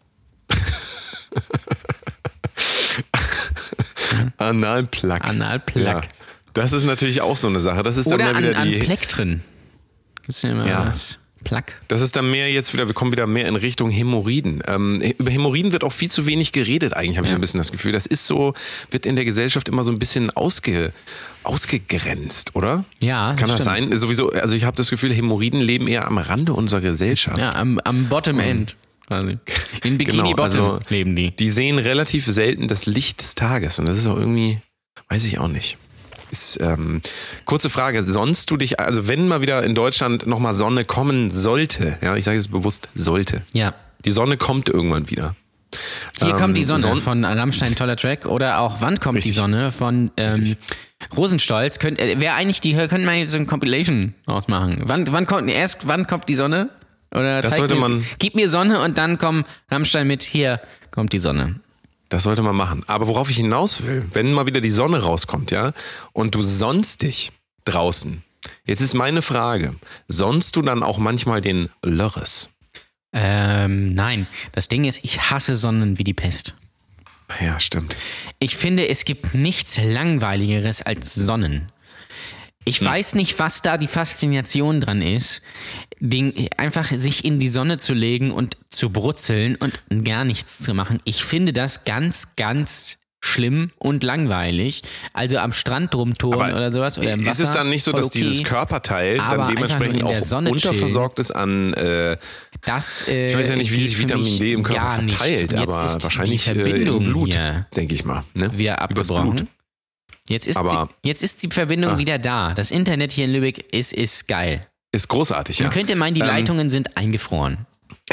Analplug. Analplug. Ja. Das ist natürlich auch so eine Sache. Das ist dann Oder mehr an, wieder an die. Plektren. Gibt's denn immer Ja. was? Plug? Das ist dann mehr jetzt wieder, wir kommen wieder mehr in Richtung Hämorrhoiden. Ähm, über Hämorrhoiden wird auch viel zu wenig geredet, eigentlich habe ich Ja. ein bisschen das Gefühl. Das ist so, wird in der Gesellschaft immer so ein bisschen ausge, ausgegrenzt, oder? Ja, Kann das stimmt. sein? Sowieso, also ich habe das Gefühl, Hämorrhoiden leben eher am Rande unserer Gesellschaft. Ja, am, am Bottom End. Quasi. In Bikini Genau, Bottom also leben die. Die sehen relativ selten das Licht des Tages und das ist auch irgendwie, weiß ich auch nicht. Ist, ähm, kurze Frage, sonst du dich, also wenn mal wieder in Deutschland nochmal Sonne kommen sollte, ja, ich sage es bewusst, sollte. Ja. Die Sonne kommt irgendwann wieder. Hier Ähm, kommt die Sonne Son- von Rammstein, toller Track. Oder auch Wann kommt Richtig. die Sonne von ähm, Rosenstolz. Könnt, äh, wer eigentlich die, können wir so ein Compilation ausmachen. Wann, wann kommt, erst wann kommt die Sonne? Oder Das zeig sollte mir, man- Gib mir Sonne und dann kommt Rammstein mit, hier kommt die Sonne. Das sollte man machen. Aber worauf ich hinaus will, wenn mal wieder die Sonne rauskommt, ja, und du sonst dich draußen. Jetzt ist meine Frage, sonst du dann auch manchmal den Lörres? Ähm, nein, das Ding ist, ich hasse Sonnen wie die Pest. Ja, stimmt. Ich finde, es gibt nichts Langweiligeres als Sonnen. Ich Hm. weiß nicht, was da die Faszination dran ist, den, einfach sich in die Sonne zu legen und zu brutzeln und gar nichts zu machen. Ich finde das ganz, ganz schlimm und langweilig. Also am Strand rumtouren Aber oder sowas. Oder im Wasser, ist es dann nicht so, voll dass okay. dieses Körperteil Aber dann einfach dementsprechend nur in der auch Sonne unterversorgt ist an, äh, Das, äh, ich weiß ja nicht, wie geht sich für Vitamin mich D im Körper gar nicht. verteilt, Und jetzt aber ist wahrscheinlich die äh, Verbindung im Blut, hier denke ich mal. Ne? wieder Übers abgebrochen. Blut. Jetzt ist, Aber- sie, jetzt ist die Verbindung Ah. wieder da. Das Internet hier in Lübeck ist, ist geil. Ist großartig, ja. Man könnte meinen, die Ähm, Leitungen sind eingefroren.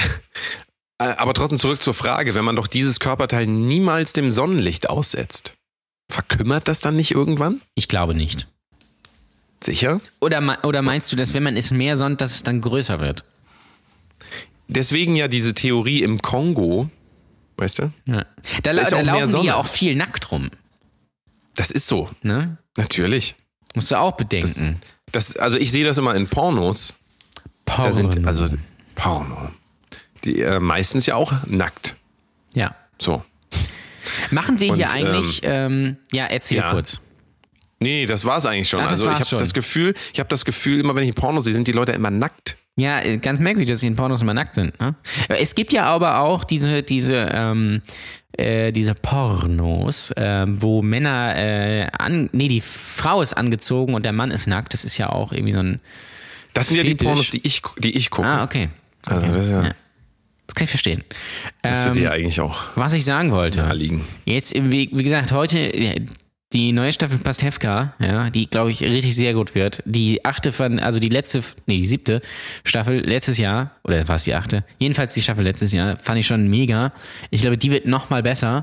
Äh, Aber trotzdem zurück zur Frage, wenn man doch dieses Körperteil niemals dem Sonnenlicht aussetzt, verkümmert das dann nicht irgendwann? Ich glaube nicht. Sicher? Oder, me- oder meinst du, dass wenn man es mehr sonnt, dass es dann größer wird? Deswegen ja diese Theorie im Kongo, weißt du? Ja. Da, Da ist da ja auch mehr laufen die Sonne. ja auch viel nackt rum. Das ist so, Ne? natürlich. Musst du auch bedenken. Das, also ich sehe das immer in Pornos. Da sind also Porno. Die äh, meistens ja auch nackt. ja. So. Machen wir Und, hier eigentlich, ähm, ja, erzähl ja. kurz. Nee, das war's eigentlich schon. Ach, das also ich war's habe schon. das Gefühl, ich habe das Gefühl, immer wenn ich Porno sehe, sind die Leute immer nackt. Ja, äh, ganz merkwürdig, dass sie in Pornos immer nackt sind. Ne? Es gibt ja aber auch diese, diese, ähm, äh, diese Pornos, ähm, wo Männer, äh, an, nee, die Frau ist angezogen und der Mann ist nackt. Das ist ja auch irgendwie so ein. Das sind ja die Fetisch. Pornos, die ich, die ich gucke. Ah, okay. Also das ist ja, Ja. Das kann ich verstehen. müsste Ähm, dir ja eigentlich auch was ich sagen wollte. naheliegen. Jetzt, wie, wie gesagt, heute äh, die neue Staffel Pastewka, ja, die, glaube ich, richtig sehr gut wird. Die achte von, also die letzte, nee, die siebte Staffel letztes Jahr, oder war es die achte? Jedenfalls die Staffel letztes Jahr, fand ich schon mega. Ich glaube, die wird noch mal besser.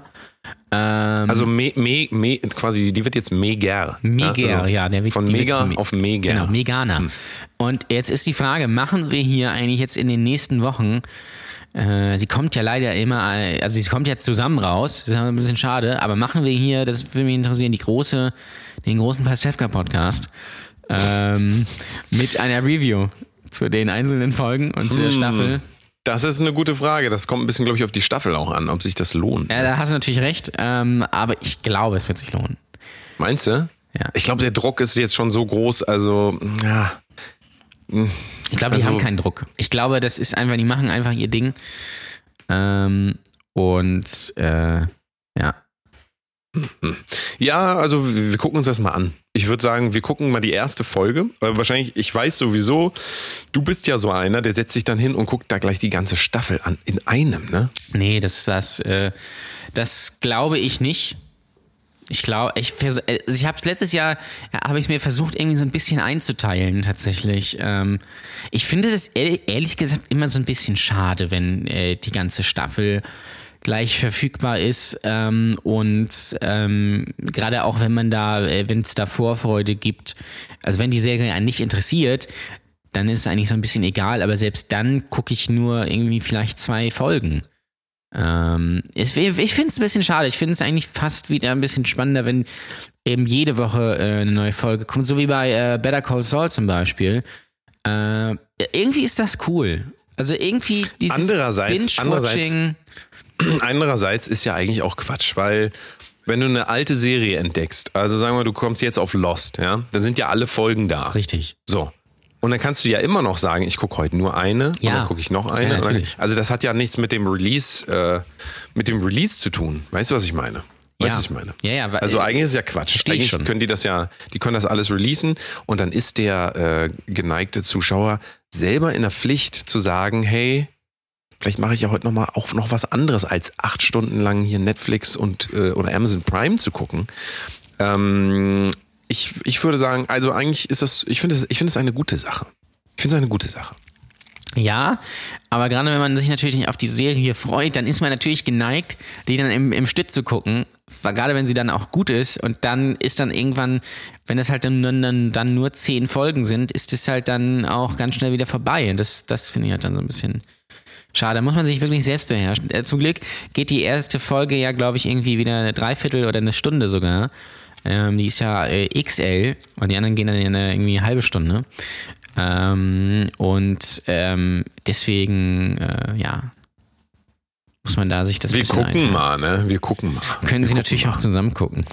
Ähm, Also me, me, me, quasi, die wird jetzt Meger. Meger, ja, also ja, der wird von die Mega wird, auf Meger. Genau, Megana. Hm. Und jetzt ist die Frage, machen wir hier eigentlich jetzt in den nächsten Wochen, äh, sie kommt ja leider immer, also sie kommt ja zusammen raus, das ist ein bisschen schade, aber machen wir hier, das würde mich interessieren, die große, den großen Pastewka-Podcast ähm, mit einer Review zu den einzelnen Folgen und zu der Hm. Staffel. Das ist eine gute Frage. Das kommt ein bisschen, glaube ich, auf die Staffel auch an, ob sich das lohnt. Ja, da hast du natürlich recht, ähm, aber ich glaube, es wird sich lohnen. Meinst du? Ja. Ich glaube, der Druck ist jetzt schon so groß, also, ja. Ich glaube, die Also- haben keinen Druck. Ich glaube, das ist einfach, die machen einfach ihr Ding. Ähm, und äh, ja. Ja, also wir wir gucken uns das mal an. Ich würde sagen, wir gucken mal die erste Folge. Weil wahrscheinlich, ich weiß sowieso, du bist ja so einer, der setzt sich dann hin und guckt da gleich die ganze Staffel an. In einem, ne? Nee, das das, äh, das glaube ich nicht. Ich glaube, ich, vers- äh, ich habe es letztes Jahr, ja, habe ich mir versucht, irgendwie so ein bisschen einzuteilen, tatsächlich. Ähm, ich finde das ehrlich, ehrlich gesagt immer so ein bisschen schade, wenn äh, die ganze Staffel gleich verfügbar ist ähm, und ähm, gerade auch wenn man da, äh, wenn es da Vorfreude gibt, also wenn die Serie einen nicht interessiert, dann ist es eigentlich so ein bisschen egal, aber selbst dann gucke ich nur irgendwie vielleicht zwei Folgen. Ähm, ich ich finde es ein bisschen schade. Ich finde es eigentlich fast wieder ein bisschen spannender, wenn eben jede Woche äh, eine neue Folge kommt, so wie bei äh, Better Call Saul zum Beispiel. Äh, irgendwie ist das cool. Also irgendwie dieses Andererseits- Binge-Watching. Andererseits ist ja eigentlich auch Quatsch, weil wenn du eine alte Serie entdeckst, also sagen wir, du kommst jetzt auf Lost, ja, dann sind ja alle Folgen da. Richtig. So. Und dann kannst du ja immer noch sagen, ich gucke heute nur eine Ja. und dann gucke ich noch eine. Ja, und dann, natürlich. also das hat ja nichts mit dem Release, äh, mit dem Release zu tun. Weißt du, was ich meine? Weißt du, Ja. was ich meine? Ja, ja, wa- Also äh, eigentlich ist es ja Quatsch. versteh ich Eigentlich schon. können die das ja, die können das alles releasen und dann ist der äh, geneigte Zuschauer selber in der Pflicht zu sagen, hey, vielleicht mache ich ja heute noch mal auch noch was anderes als acht Stunden lang hier Netflix und äh, oder Amazon Prime zu gucken. Ähm, ich, ich würde sagen, also eigentlich ist das, ich finde es, ich finde es eine gute Sache. Ich finde es eine gute Sache. Ja, aber gerade wenn man sich natürlich nicht auf die Serie freut, dann ist man natürlich geneigt, die dann im, im Stück zu gucken, weil gerade wenn sie dann auch gut ist und dann ist dann irgendwann, wenn es halt dann, dann, dann nur zehn Folgen sind, ist es halt dann auch ganz schnell wieder vorbei und das, das finde ich halt dann so ein bisschen schade. Da muss man sich wirklich selbst beherrschen. Äh, zum Glück geht die erste Folge ja, glaube ich, irgendwie wieder eine Dreiviertel oder eine Stunde sogar. Ähm, die ist ja äh, X L und die anderen gehen dann in eine irgendwie eine halbe Stunde. Ähm, und ähm, deswegen, äh, ja, muss man da sich das Wir bisschen gucken einteilen. mal, ne? Wir gucken mal. Können wir Sie gucken natürlich mal. auch zusammen gucken.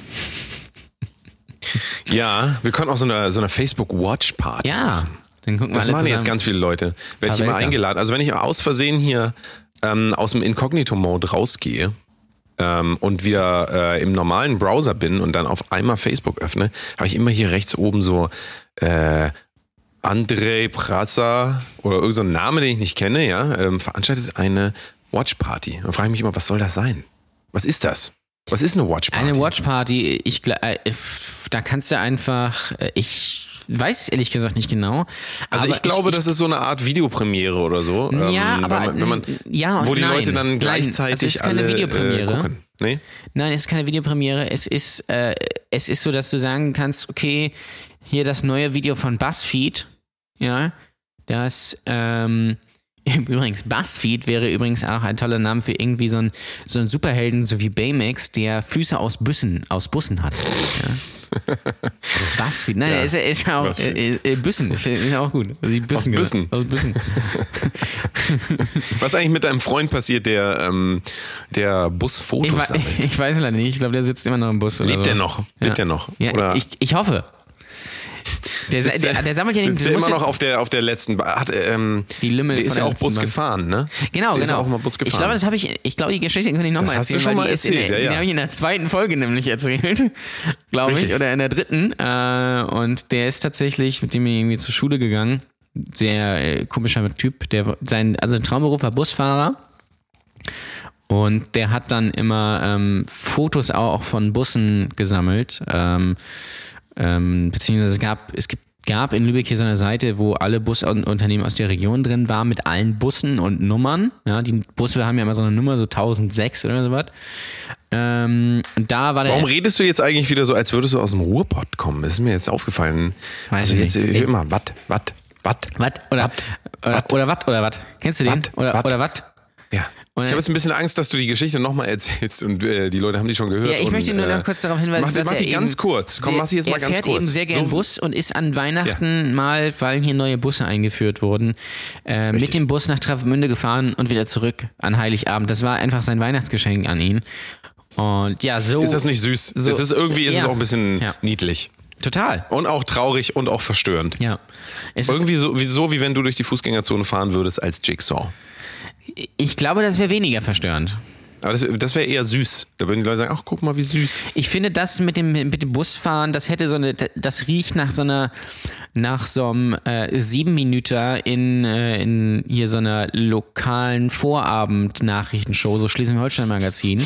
Ja, wir können auch so eine, so eine Facebook-Watch-Party Ja, machen. dann gucken wir Das alle machen zusammen. jetzt ganz viele Leute. Werde ich Paar immer Welker. eingeladen. Also wenn ich aus Versehen hier ähm, aus dem Inkognito-Mode rausgehe ähm, und wieder äh, im normalen Browser bin und dann auf einmal Facebook öffne, habe ich immer hier rechts oben so äh, Andrei Praza oder irgendein so ein Name, den ich nicht kenne, ja, ähm, veranstaltet eine Watch-Party. Dann frage ich mich immer, was soll das sein? Was ist das? Was ist eine Watch-Party? Eine Watchparty, ich, gl- äh, f- da kannst du einfach, äh, ich weiß es ehrlich gesagt nicht genau. Also aber ich glaube, das ist so eine Art Videopremiere oder so. Ja, ähm, aber, wenn man, wenn man, ja und wo die nein. Leute dann Nein, gleichzeitig also es ist keine alle Videopremiere. Äh, gucken. Nee? Nein, es ist keine Videopremiere. Es ist, äh, es ist so, dass du sagen kannst, okay, hier das neue Video von BuzzFeed, ja, das, ähm, übrigens, BuzzFeed wäre übrigens auch ein toller Name für irgendwie so einen so einen Superhelden, so wie Baymax, der Füße aus Bussen, aus Bussen hat. Ja. BuzzFeed, nein, Ja. ist, ist auch BuzzFeed. äh, äh, Büssen, ist ist auch gut. Also die Büssen Aus Büssen. Aus Büssen. Was ist eigentlich mit deinem Freund passiert, der, ähm, der Ich, Busfotos wei- sammelt? ich weiß leider nicht, ich glaube, der sitzt immer noch im Bus. Oder Lebt der sowas. noch? Lebt der noch? Ja, Oder ich, ich hoffe. Der, sitzt der, der sammelt ja den sitzt der muss immer ja- noch auf der, auf der letzten Ba- hat, ähm, Die Lümmel Der ist von ja der auch letzten Bus Bank. gefahren, ne? Genau, der genau. Ist auch mal Bus gefahren. Ich glaube, das habe ich, ich glaube, die Geschichte kann ich nochmal Das hast du erzählen, schon weil mal die ist in erzählt, der, ja, die ja. habe ich in der zweiten Folge nämlich erzählt, glaube ich, Richtig. oder in der dritten. Äh, und der ist tatsächlich mit dem irgendwie zur Schule gegangen. Sehr äh, komischer Typ. Der sein, also ein Traumberuf war Busfahrer. Und der hat dann immer ähm, Fotos auch von Bussen gesammelt. Ähm, ähm, beziehungsweise es gab, es gibt gab in Lübeck hier so eine Seite, wo alle Busunternehmen aus der Region drin waren, mit allen Bussen und Nummern. Ja, die Busse haben ja immer so eine Nummer, so tausendsechs oder sowas. Ähm, und da war der. Warum redest du jetzt eigentlich wieder so, als würdest du aus dem Ruhrpott kommen? Das ist mir jetzt aufgefallen. Weiß also ich jetzt nicht. äh, immer, wat, wat, wat. Was? Oder was? Oder was? Oder was? Kennst du den? Wat? Oder Wat? oder was? Ja. Und Ich habe jetzt ein bisschen Angst, dass du die Geschichte nochmal erzählst und äh, die Leute haben die schon gehört. Ja, ich und, möchte nur äh, noch kurz darauf hinweisen, mach, dass mach er die ganz eben kurz. Komm, sehr, mach sie jetzt mal er ganz fährt kurz. eben sehr gern So- Bus und ist an Weihnachten mal, weil hier neue Busse eingeführt wurden, äh, mit Richtig. dem Bus nach Travemünde gefahren und wieder zurück an Heiligabend. Das war einfach sein Weihnachtsgeschenk an ihn. Und ja, so. Ist das nicht süß? So- es ist irgendwie ist ja. es auch ein bisschen Ja. niedlich. Total. Und auch traurig und auch verstörend. Ja. Es ist, Irgendwie so wie, so, wie wenn du durch die Fußgängerzone fahren würdest als Jigsaw. ich glaube, das wäre weniger verstörend. Aber das, das wäre eher süß. Da würden die Leute sagen, ach, guck mal, wie süß. Ich finde, das mit dem, mit dem Busfahren, das hätte so eine, das riecht nach so einer, nach so einem äh, sieben Minüter in, äh, in hier so einer lokalen Vorabend-Nachrichtenshow, so Schleswig-Holstein-Magazin.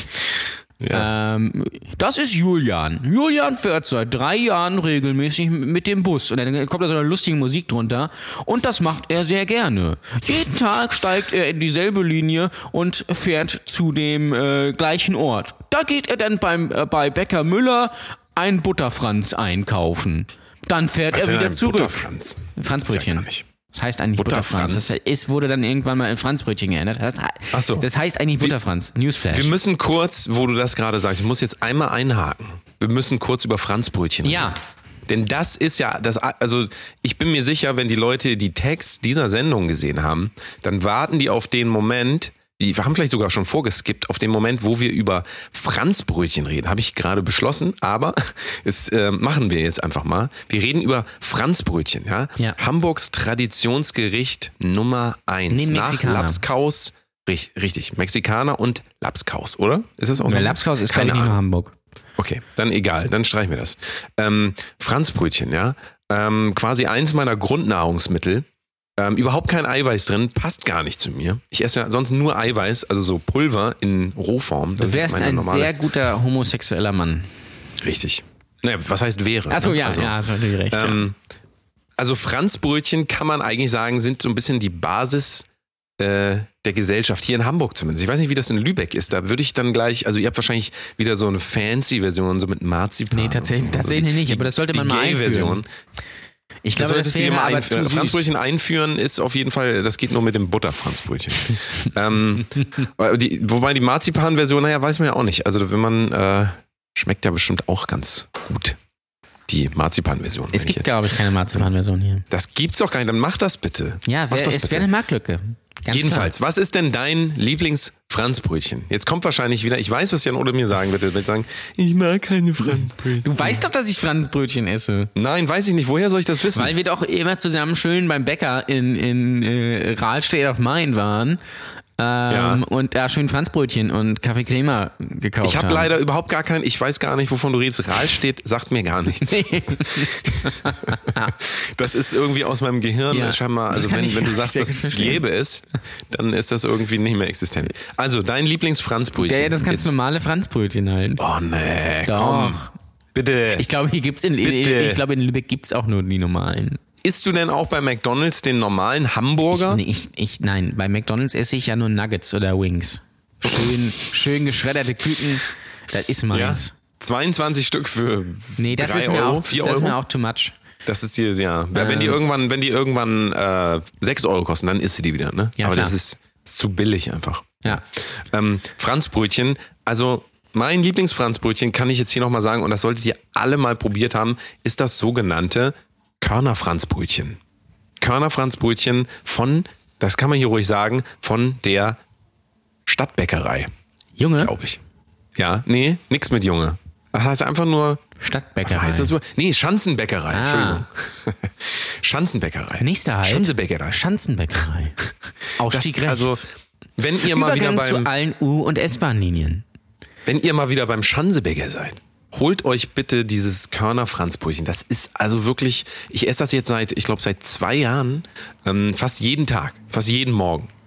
Ja. Ähm, das ist Julian. Julian fährt seit drei Jahren regelmäßig mit dem Bus. Und dann kommt da so eine lustige Musik drunter. Und das macht er sehr gerne. Jeden Tag steigt er in dieselbe Linie und fährt zu dem äh, gleichen Ort. Da geht er dann beim, äh, bei Bäcker Müller ein Butterfranz einkaufen. Dann fährt Was er ist denn wieder ein zurück. Butterfranz? Franzbrötchen. Das ist ja gar nicht. Das heißt eigentlich Butterfranz? Butterfranz. Das ist, wurde dann irgendwann mal in Franzbrötchen geändert. Das, Ach so. das heißt eigentlich Butterfranz. Newsflash. Wir müssen kurz, wo du das gerade sagst, ich muss jetzt einmal einhaken. Wir müssen kurz über Franzbrötchen reden. Ja. Denn das ist ja, das, also ich bin mir sicher, wenn die Leute die Text dieser Sendung gesehen haben, dann warten die auf den Moment, die haben vielleicht sogar schon vorgeskippt, auf den Moment, wo wir über Franzbrötchen reden. Habe ich gerade beschlossen, aber das äh, machen wir jetzt einfach mal. Wir reden über Franzbrötchen, ja? Ja. Hamburgs Traditionsgericht Nummer eins. Nee, Nach Mexikaner. Lapskaus, richtig, richtig, Mexikaner und Lapskaus, oder? Ist das auch so? Weil Lapskaus ist, glaube Keine ich, nicht nur Ahnung. Hamburg. Okay, dann egal, dann streichen wir das. Ähm, Franzbrötchen, ja. Ähm, quasi eins meiner Grundnahrungsmittel. Ähm, überhaupt kein Eiweiß drin, passt gar nicht zu mir. Ich esse ja sonst nur Eiweiß, also so Pulver in Rohform. Das Du ist wärst meine ein normale- sehr guter homosexueller Mann. Richtig. Naja, was heißt wäre? Achso, ne? ja, also, ja, hast natürlich recht. Ähm, also Franzbrötchen kann man eigentlich sagen, sind so ein bisschen die Basis äh, der Gesellschaft, hier in Hamburg zumindest. Ich weiß nicht, wie das in Lübeck ist. Da würde ich dann gleich, also ihr habt wahrscheinlich wieder so eine fancy Version, so mit Marzipan. Nee, tatsächlich- und so. tatsächlich nicht, aber das sollte man die mal Gay-Version. ich Das glaube, das solltest du dir wäre mal aber einführen. zu süß. Franzbrötchen einführen ist auf jeden Fall, das geht nur mit dem Butterfranzbrötchen. ähm, die, wobei die Marzipan-Version, naja, weiß man ja auch nicht. Also wenn man, äh, schmeckt ja bestimmt auch ganz gut. Die Marzipan-Version. Es wenn ich gibt, jetzt- glaube ich, keine Marzipan-Version hier. Das gibt's doch gar nicht, dann mach das bitte. Ja, Mach wär, das es bitte. wäre eine Marktlücke. Ganz Jedenfalls, was ist denn dein Lieblings-Franzbrötchen? Jetzt kommt wahrscheinlich wieder, ich weiß, was Jan oder mir sagen wird, er wird sagen, ich mag keine Franzbrötchen. klar. Du weißt doch, dass ich Franzbrötchen esse. Nein, weiß ich nicht, woher soll ich das wissen? Weil wir doch immer zusammen schön beim Bäcker in, in äh, Rahlstedt auf Main waren. Ähm, Ja. Und da schön Franzbrötchen und Kaffee Crema gekauft Ich habe haben. leider überhaupt gar keinen, ich weiß gar nicht, wovon du redest. Rahlstedt sagt mir gar nichts. Das ist irgendwie aus meinem Gehirn Ja. scheinbar, also Das kann wenn, ich wenn du sagst, sehr dass gut es verstehen. gäbe es, dann ist das irgendwie nicht mehr existent. Also, dein Lieblingsfranzbrötchen. Ja, ja, das ganz Jetzt- normale Franzbrötchen halt. Oh nee, Doch. komm. Bitte. Ich glaube, hier gibt's in, in, Bitte. ich glaube, in Lübeck gibt's auch nur die normalen. Isst du denn auch bei McDonald's den normalen Hamburger? Ich, nee, ich, ich, nein, bei McDonalds esse ich ja nur Nuggets oder Wings. Schön, schön geschredderte Küken, das ist Ja. meins. zweiundzwanzig Stück für Nee, das drei ist mir Euro, auch, vier das ist Euro? mir auch too much. Das ist hier, ja. Wenn die Ähm. irgendwann, wenn die irgendwann äh, sechs Euro kosten, dann isst du die wieder, ne? Ja, Aber klar. das ist, ist zu billig einfach. Ja. Ähm, Franzbrötchen, also mein Lieblingsfranzbrötchen kann ich jetzt hier nochmal sagen, und das solltet ihr alle mal probiert haben, ist das sogenannte Körnerfranzbrötchen. Körnerfranzbrötchen von, das kann man hier ruhig sagen, von der Stadtbäckerei, Junge, glaube ich. Ja, nee, nix mit Junge. Das heißt einfach nur, Stadtbäckerei. heißt das so? Nee, Schanzenbäckerei, Ah. Entschuldigung. Schanzenbäckerei. Nächster halt. Schanzebäckerei. Schanzenbäckerei. Ausstieg Das, rechts. also, wenn ihr mal wieder Übergang beim, zu allen U- und S-Bahn-Linien. wenn ihr mal wieder beim Schanzebäcker seid, holt euch bitte dieses Körner-Franzbrötchen. Das ist also wirklich, ich esse das jetzt seit, ich glaube seit zwei Jahren, ähm, fast jeden Tag, fast jeden Morgen.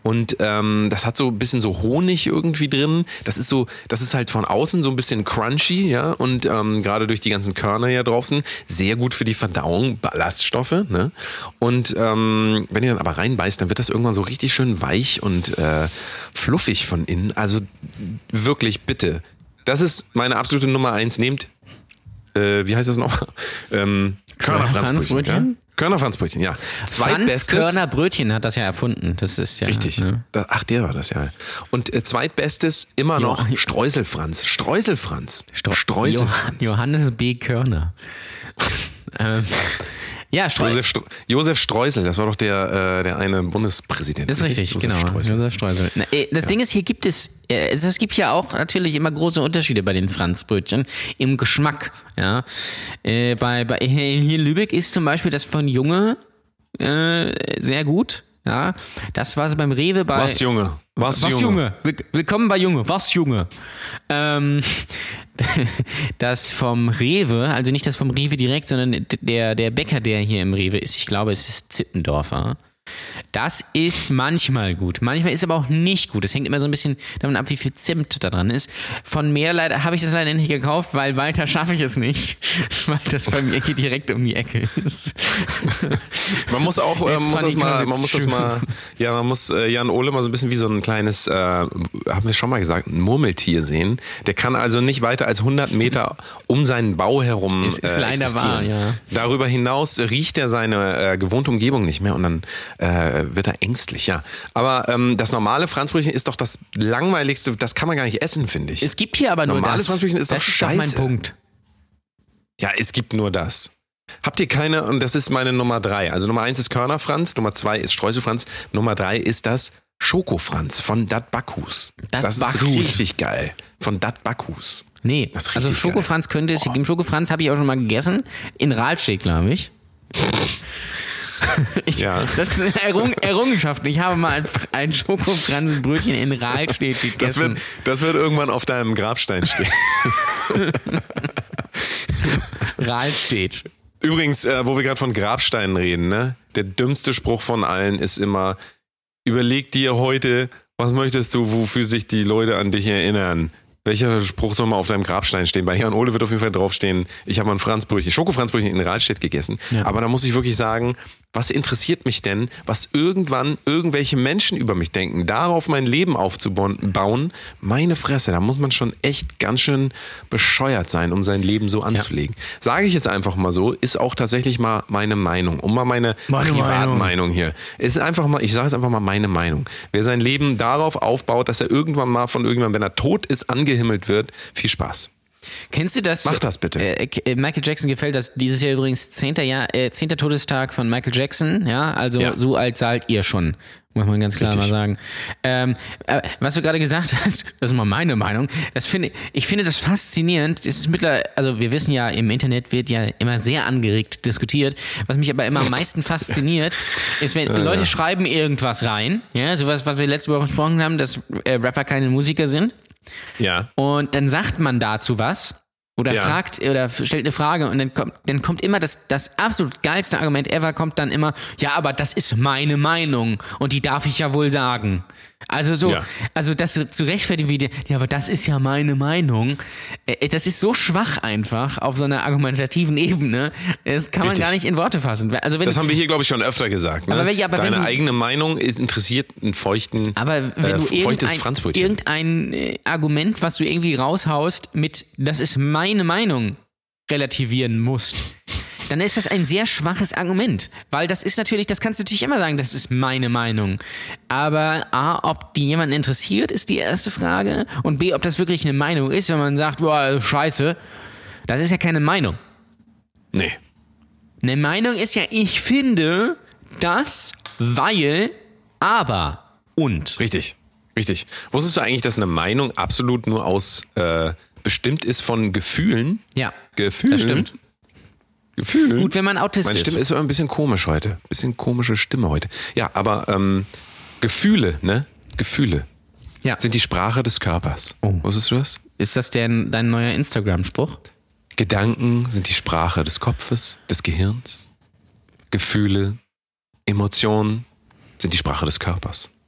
Und ähm, das hat so ein bisschen so Honig irgendwie drin. Das ist so, das ist halt von außen so ein bisschen crunchy, ja. Und ähm, gerade durch die ganzen Körner hier drauf sind, sehr gut für die Verdauung, Ballaststoffe, ne? Und ähm, wenn ihr dann aber reinbeißt, dann wird das irgendwann so richtig schön weich und äh, fluffig von innen. Also wirklich, bitte. Das ist meine absolute Nummer eins. Nehmt, äh, wie heißt das noch? ähm, Körnerfranzbrötchen. Ja? Körnerfranzbrötchen, ja. Franz Körner Brötchen hat das ja erfunden. Das ist ja. Richtig. Ne? Da, ach, der war das ja. Und äh, zweitbestes immer noch jo. Streuselfranz. Streuselfranz. Stro- Streuselfranz. Jo- Johannes B. Körner. ähm, ja, Streu- Josef, Str- Josef Streusel, das war doch der, äh, der eine Bundespräsident. Das ist richtig, Josef genau. Streusel. Josef Streusel. Na, äh, das ja. Ding ist, hier gibt es, äh, es gibt ja auch natürlich immer große Unterschiede bei den Franzbrötchen im Geschmack. Ja, äh, bei, bei hier in Lübeck ist zum Beispiel das von Junge äh, sehr gut. Ja, das war so beim Rewe bei. Was Junge? Was, Was Junge? Junge? Will- Willkommen bei Junge. Was Junge? Ähm, das vom Rewe, also nicht das vom Rewe direkt, sondern der, der Bäcker, der hier im Rewe ist, ich glaube, es ist Zittendorfer. Das ist manchmal gut. Manchmal ist aber auch nicht gut. Das hängt immer so ein bisschen davon ab, wie viel Zimt da dran ist. Von mehr leider habe ich das leider nicht gekauft, weil weiter schaffe ich es nicht. Weil das bei mir hier direkt um die Ecke ist. Man muss auch, äh, man muss das mal, man muss das mal, ja, man muss äh, Jan Ole mal so ein bisschen wie so ein kleines, äh, haben wir schon mal gesagt, ein Murmeltier sehen. Der kann also nicht weiter als hundert Meter um seinen Bau herum Es ist äh, leider existieren. wahr, ja. Darüber hinaus riecht er seine äh, gewohnte Umgebung nicht mehr und dann äh, wird er ängstlich, ja. Aber ähm, das normale Franzbrötchen ist doch das langweiligste, das kann man gar nicht essen, finde ich. Es gibt hier aber nur Normales das. Franzbrötchen ist das doch ist doch mein scheiße. Punkt. Ja, es gibt nur das. Habt ihr keine, und das ist meine Nummer drei. Also Nummer eins ist Körnerfranz, Nummer zwei ist Streuselfranz, Nummer drei ist das Schokofranz von Dat Backhus. Dat Das ist Backhus. richtig geil. Von Dat Backhus. Nee, Das ist also richtig Schokofranz könnte es, im Schokofranz habe ich auch schon mal gegessen. In Rahlstedt, glaube ich. ich Ja. Das ist eine Errung, Errungenschaft. Ich habe mal ein, ein Schokofranzbrötchen in Rahlstedt Das gegessen. wird, das wird irgendwann auf deinem Grabstein stehen. Rahlstedt. Übrigens, äh, wo wir gerade von Grabsteinen reden, ne? Der dümmste Spruch von allen ist immer, überleg dir heute, was möchtest du, wofür sich die Leute an dich erinnern? Welcher Spruch soll mal auf deinem Grabstein stehen? Bei Jan Ole wird auf jeden Fall draufstehen, ich habe mal ein Franzbrötchen, Schokofranzbrötchen in Rahlstedt gegessen. Ja. Aber da muss ich wirklich sagen, was interessiert mich denn, was irgendwann irgendwelche Menschen über mich denken, darauf mein Leben aufzubauen? Meine Fresse, da muss man schon echt ganz schön bescheuert sein, um sein Leben so anzulegen. Ja. Sage ich jetzt einfach mal so, ist auch tatsächlich mal meine Meinung. Um mal meine, meine Privatmeinung Meinung. hier. Ist einfach mal, ich sage es einfach mal meine Meinung. Wer sein Leben darauf aufbaut, dass er irgendwann mal von irgendwann, wenn er tot ist, angehimmelt wird, viel Spaß. Kennst du das? Mach das bitte. Äh, Michael Jackson gefällt das dieses Jahr übrigens zehnter Jahr, äh, zehnter Todestag von Michael Jackson. Ja, also Ja. so alt seid ihr schon. Muss man ganz klar Richtig. mal sagen. Ähm, äh, was du gerade gesagt hast, das ist mal meine Meinung. Das finde ich finde das faszinierend. Es ist mittlerweile, also wir wissen ja, im Internet wird ja immer sehr angeregt diskutiert. Was mich aber immer am meisten fasziniert, ist, wenn Leute ja. schreiben irgendwas rein, ja, sowas, was wir letzte Woche gesprochen haben, dass äh, Rapper keine Musiker sind. Ja. Und dann sagt man dazu was oder Ja. fragt oder stellt eine Frage und dann kommt, dann kommt immer das, das absolut geilste Argument ever, kommt dann immer, ja, aber das ist meine Meinung und die darf ich ja wohl sagen. Also so, Ja. also das zu rechtfertigen wie, die, ja, aber das ist ja meine Meinung. Äh, Das ist so schwach einfach auf so einer argumentativen Ebene. Das kann man Richtig. gar nicht in Worte fassen. Also wenn, Das haben wir hier, glaube ich, schon öfter gesagt. Ne? Aber wenn- ja, aber wenn Deine du- eigene Meinung ist, interessiert einen feuchten, Aber wenn äh, du feuchtes irgendein, Franzbrötchen. irgendein äh, Argument, was du irgendwie raushaust, mit das ist meine Meinung relativieren musst, dann ist das ein sehr schwaches Argument. Weil das ist natürlich, das kannst du natürlich immer sagen, das ist meine Meinung. Aber A, ob die jemanden interessiert, ist die erste Frage. Und B, ob das wirklich eine Meinung ist, wenn man sagt, boah, scheiße, das ist ja keine Meinung. Nee. Eine Meinung ist ja, ich finde das, weil, aber, und. Richtig. Richtig. Wusstest du eigentlich, dass eine Meinung absolut nur aus äh, bestimmt ist von Gefühlen? Ja, Gefühlen? das stimmt. Gefühlen? Gut, wenn man Autist Meine ist. Stimme ist aber ein bisschen komisch heute. Bisschen komische Stimme heute. Ja, aber ähm, Gefühle, ne? Gefühle Ja. sind die Sprache des Körpers. Oh. Wusstest du das? Ist das denn dein neuer Instagram-Spruch? Gedanken sind die Sprache des Kopfes, des Gehirns. Gefühle, Emotionen sind die Sprache des Körpers.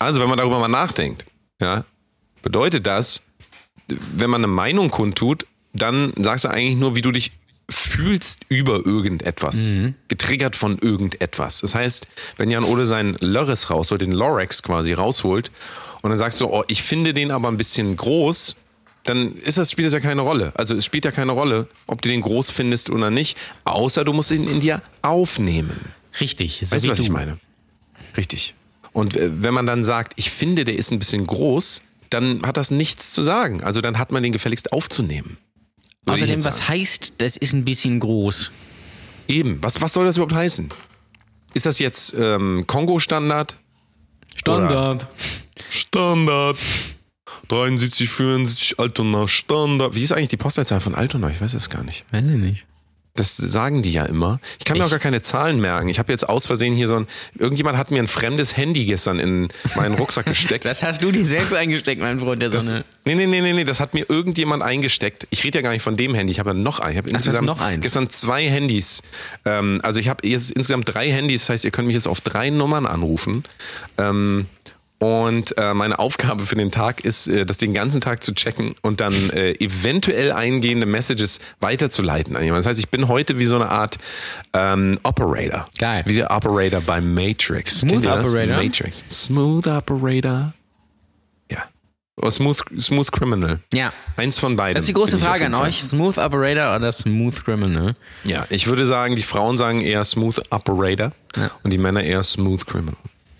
Also, wenn man darüber mal nachdenkt, ja, bedeutet das, wenn man eine Meinung kundtut, dann sagst du eigentlich nur, wie du dich fühlst über irgendetwas. Mhm. Getriggert von irgendetwas. Das heißt, wenn Jan Ole seinen Lörres rausholt, den Lorex quasi rausholt, und dann sagst du, oh, ich finde den aber ein bisschen groß, dann ist das, spielt das ja keine Rolle. Also es spielt ja keine Rolle, ob du den groß findest oder nicht, außer du musst ihn in dir aufnehmen. Richtig. So weißt du, was du. ich meine? Richtig. Und wenn man dann sagt, ich finde, der ist ein bisschen groß, dann hat das nichts zu sagen. Also dann hat man den gefälligst aufzunehmen. Außerdem, was heißt, das ist ein bisschen groß? Eben. Was, was soll das überhaupt heißen? Ist das jetzt ähm, Kongo-Standard? Standard. Oder Standard. dreiundsiebzig vierundsiebzig Altona Standard. Wie ist eigentlich die Postleitzahl von Altona? Ich weiß es gar nicht. Weiß ich nicht. Das sagen die ja immer. Ich kann mir auch gar keine Zahlen merken. Ich habe jetzt aus Versehen hier so ein... Irgendjemand hat mir ein fremdes Handy gestern in meinen Rucksack gesteckt. Das hast du dir selbst eingesteckt, mein Freund der Sonne. Das, nee, nee, nee, nee, nee, das hat mir irgendjemand eingesteckt. Ich rede ja gar nicht von dem Handy. Ich habe ja noch ein. Ich habe insgesamt noch eins? gestern zwei Handys. Ähm, also ich habe jetzt insgesamt drei Handys. Das heißt, ihr könnt mich jetzt auf drei Nummern anrufen. Ähm... Und äh, meine Aufgabe für den Tag ist, äh, das den ganzen Tag zu checken und dann äh, eventuell eingehende Messages weiterzuleiten an jemanden. Das heißt, ich bin heute wie so eine Art ähm, Operator. Geil. Wie der Operator bei Matrix. Smooth Operator? Matrix. Smooth Operator. Ja. Oder Smooth, Smooth Criminal. Ja. Eins von beiden. Das ist die große Frage an euch. Smooth Operator oder Smooth Criminal? Ja, ich würde sagen, die Frauen sagen eher Smooth Operator ja. und die Männer eher Smooth Criminal.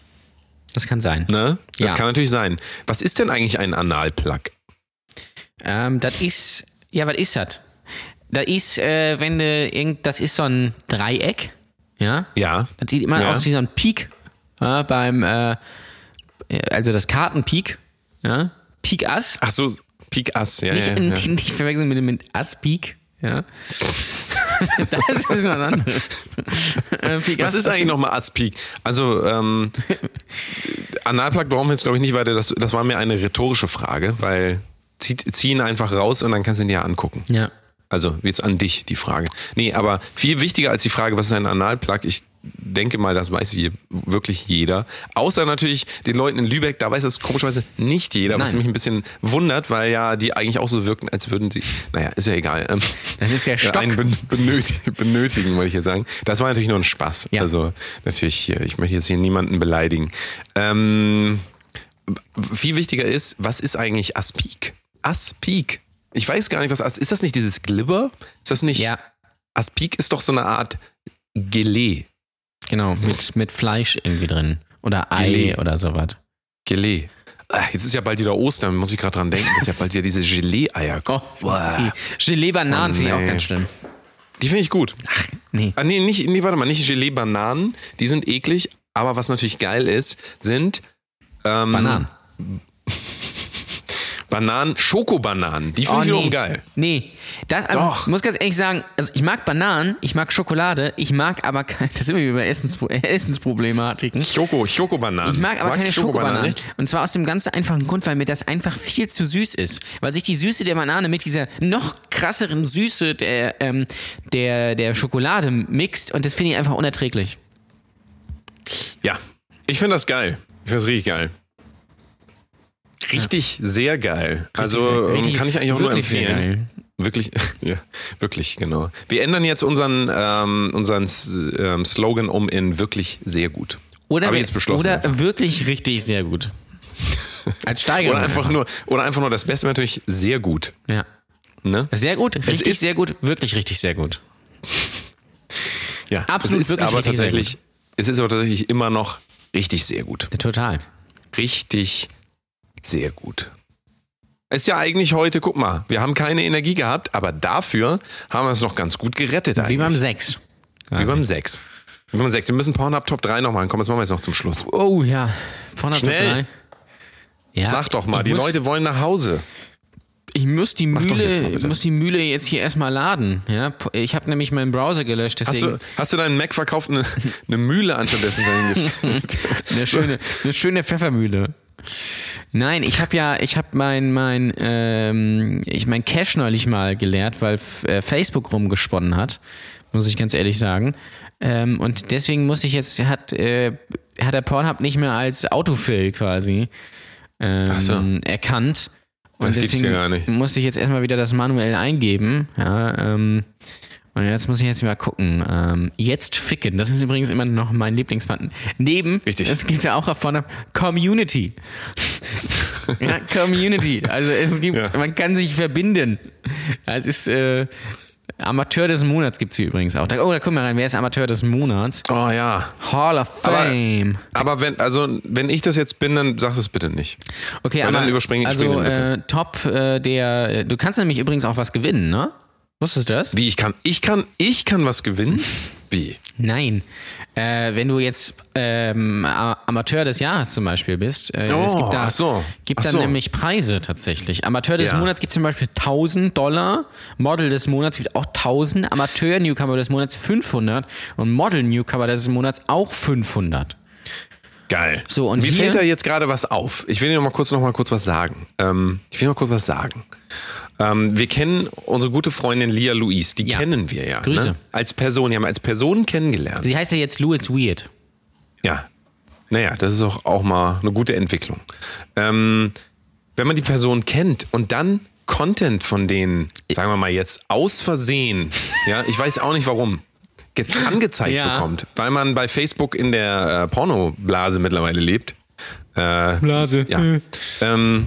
Das kann sein. Ne? Das ja. kann natürlich sein. Was ist denn eigentlich ein Analplug? Ähm, das ist, ja, was ist das? Das ist, äh, wenn du irgend, das ist so ein Dreieck, ja? Ja. Das sieht immer ja. aus wie so ein Pik, ja, beim, äh, also das Kartenpik, ja? Pik Ass. Ach so, Pik Ass, ja, nicht, ja, ja. Nicht, nicht verwechseln mit, mit Ass Pik, ja? Das ist was anderes. Was ist eigentlich nochmal Ass-Peak? Also, ähm, Analplug brauchen wir jetzt, glaube ich, nicht weiter. Das, das war mir eine rhetorische Frage, weil zieh, zieh ihn einfach raus und dann kannst du ihn dir angucken. Ja. Also, jetzt an dich die Frage. Nee, aber viel wichtiger als die Frage, was ist ein Analplug? Ich denke mal, das weiß hier wirklich jeder. Außer natürlich den Leuten in Lübeck, da weiß es komischerweise nicht jeder, was Nein. mich ein bisschen wundert, weil ja die eigentlich auch so wirken, als würden sie, naja, ist ja egal. Das ist der Stock. Einen benötigen, benötigen, wollte ich jetzt sagen. Das war natürlich nur ein Spaß. Ja. Also natürlich, ich möchte jetzt hier niemanden beleidigen. Ähm, viel wichtiger ist, was ist eigentlich Aspik? Aspik. Ich weiß gar nicht, was As- ist das nicht dieses Glibber? Ist das nicht? Ja. Aspik ist doch so eine Art Gelee. Genau, mit, mit Fleisch irgendwie drin. Oder Ei Gelee. oder sowas. Gelee. Ah, jetzt ist ja bald wieder Ostern, muss ich gerade dran denken, dass ja bald wieder diese Gelee-Eier kommen. Oh, Gelee-Bananen Oh, finde ich auch nee. ganz schlimm. Die finde ich gut. Nee. Ah, nee, nicht, nee, warte mal, nicht Gelee-Bananen, die sind eklig, aber was natürlich geil ist, sind ähm, Bananen. Bananen, Schokobananen, die finde Oh, ich wiederum nee. geil. Nee, das, also, Doch. ich muss ganz ehrlich sagen, also ich mag Bananen, ich mag Schokolade, ich mag aber, ke- das sind wir wie bei Essenspro- äh, Essensproblematiken. Schoko, Schokobananen. Ich mag aber Magst keine du Schokobananen. nicht? Und zwar aus dem ganz einfachen Grund, weil mir das einfach viel zu süß ist. Weil sich die Süße der Banane mit dieser noch krasseren Süße der, ähm, der, der Schokolade mixt und das finde ich einfach unerträglich. Ja, ich finde das geil. Ich finde das richtig geil. Richtig sehr geil. Also sehr- richtig- ähm, kann ich eigentlich auch nur wirklich sehr empfehlen. Wirklich, ja, wirklich, genau. Wir ändern jetzt unseren, ähm, unseren S- ähm, Slogan um in wirklich sehr gut. Oder, Habe ich jetzt beschlossen. oder wirklich richtig sehr gut. Als Steigerung. Oder einfach nur, oder einfach nur das Beste wäre natürlich sehr gut. Ja. Ne? Sehr gut, richtig ist- sehr gut, wirklich richtig sehr gut. Ja, Absolut, es ist wirklich aber richtig sehr tatsächlich, es ist aber tatsächlich immer noch richtig sehr gut. Total. Richtig sehr gut. Ist ja eigentlich heute, guck mal, wir haben keine Energie gehabt, aber dafür haben wir es noch ganz gut gerettet eigentlich. Wie beim sechs. Wie beim sechs. Wie beim sechs. Wir müssen Pornhub Top drei noch machen. Komm, das machen wir jetzt noch zum Schluss. Oh ja. Vorne auf Top Schnell. drei. Ja, Mach doch mal, ich die muss, Leute wollen nach Hause. Ich muss die doch jetzt mal Mühle, bitte. muss die Mühle jetzt hier erstmal laden. Ja, ich habe nämlich meinen Browser gelöscht, Hast deswegen du, hast du deinen Mac verkauft, eine, eine Mühle anstattdessen dahingestellt? eine schöne, eine schöne Pfeffermühle. Nein, ich habe ja, ich habe mein mein ähm, ich mein Cache neulich mal geleert, weil äh, Facebook rumgesponnen hat, muss ich ganz ehrlich sagen. Ähm, und deswegen muss ich jetzt hat äh, hat der Pornhub nicht mehr als Autofill quasi ähm, Ach so. erkannt. Und Das gibt's deswegen ja gar nicht. musste ich jetzt erstmal wieder das manuell eingeben. Ja, ähm, und jetzt muss ich jetzt mal gucken. Ähm, jetzt ficken. Das ist übrigens immer noch mein Lieblingsbutton. Neben, Richtig. das gibt ja auch auf vorne, Community. Ja, Community. Also es gibt, Ja. man kann sich verbinden. Es ist äh, Amateur des Monats gibt es hier übrigens auch. Da, oh, da guck mal rein, wer ist Amateur des Monats? Oh ja. Hall of Aber- Fame. Aber wenn, also, wenn ich das jetzt bin, dann sag das bitte nicht. Okay, Weil aber dann überspringe ich also springe bitte. äh, Top äh, der, äh, du kannst nämlich übrigens auch was gewinnen, ne? Wusstest du das? Wie, ich kann, ich kann, ich kann was gewinnen? Wie? Nein. Äh, wenn du jetzt ähm, A- Amateur des Jahres zum Beispiel bist, äh, Oh, es gibt da, ach so, gibt ach da so. nämlich Preise tatsächlich. Amateur des Ja. Monats gibt zum Beispiel tausend Dollar, Model des Monats gibt auch tausend, Amateur Newcomer des Monats fünfhundert und Model Newcomer des Monats auch fünfhundert. Geil. So, und Mir hier- fällt da jetzt gerade was auf. Ich will dir noch mal kurz, noch mal kurz was sagen. Ähm, ich will noch kurz was sagen. Ähm, wir kennen unsere gute Freundin Lia Louise. Die Ja. kennen wir ja. Grüße. Ne? Als Person. Die haben wir als Person kennengelernt. Sie heißt ja jetzt Louis Weird. Ja. Naja, das ist auch, auch mal eine gute Entwicklung. Ähm, wenn man die Person kennt und dann Content von denen, sagen wir mal jetzt, aus Versehen, ja, ich weiß auch nicht warum, ge- angezeigt Ja. bekommt, weil man bei Facebook in der äh, Pornoblase mittlerweile lebt. Äh, Blase. ja. ähm,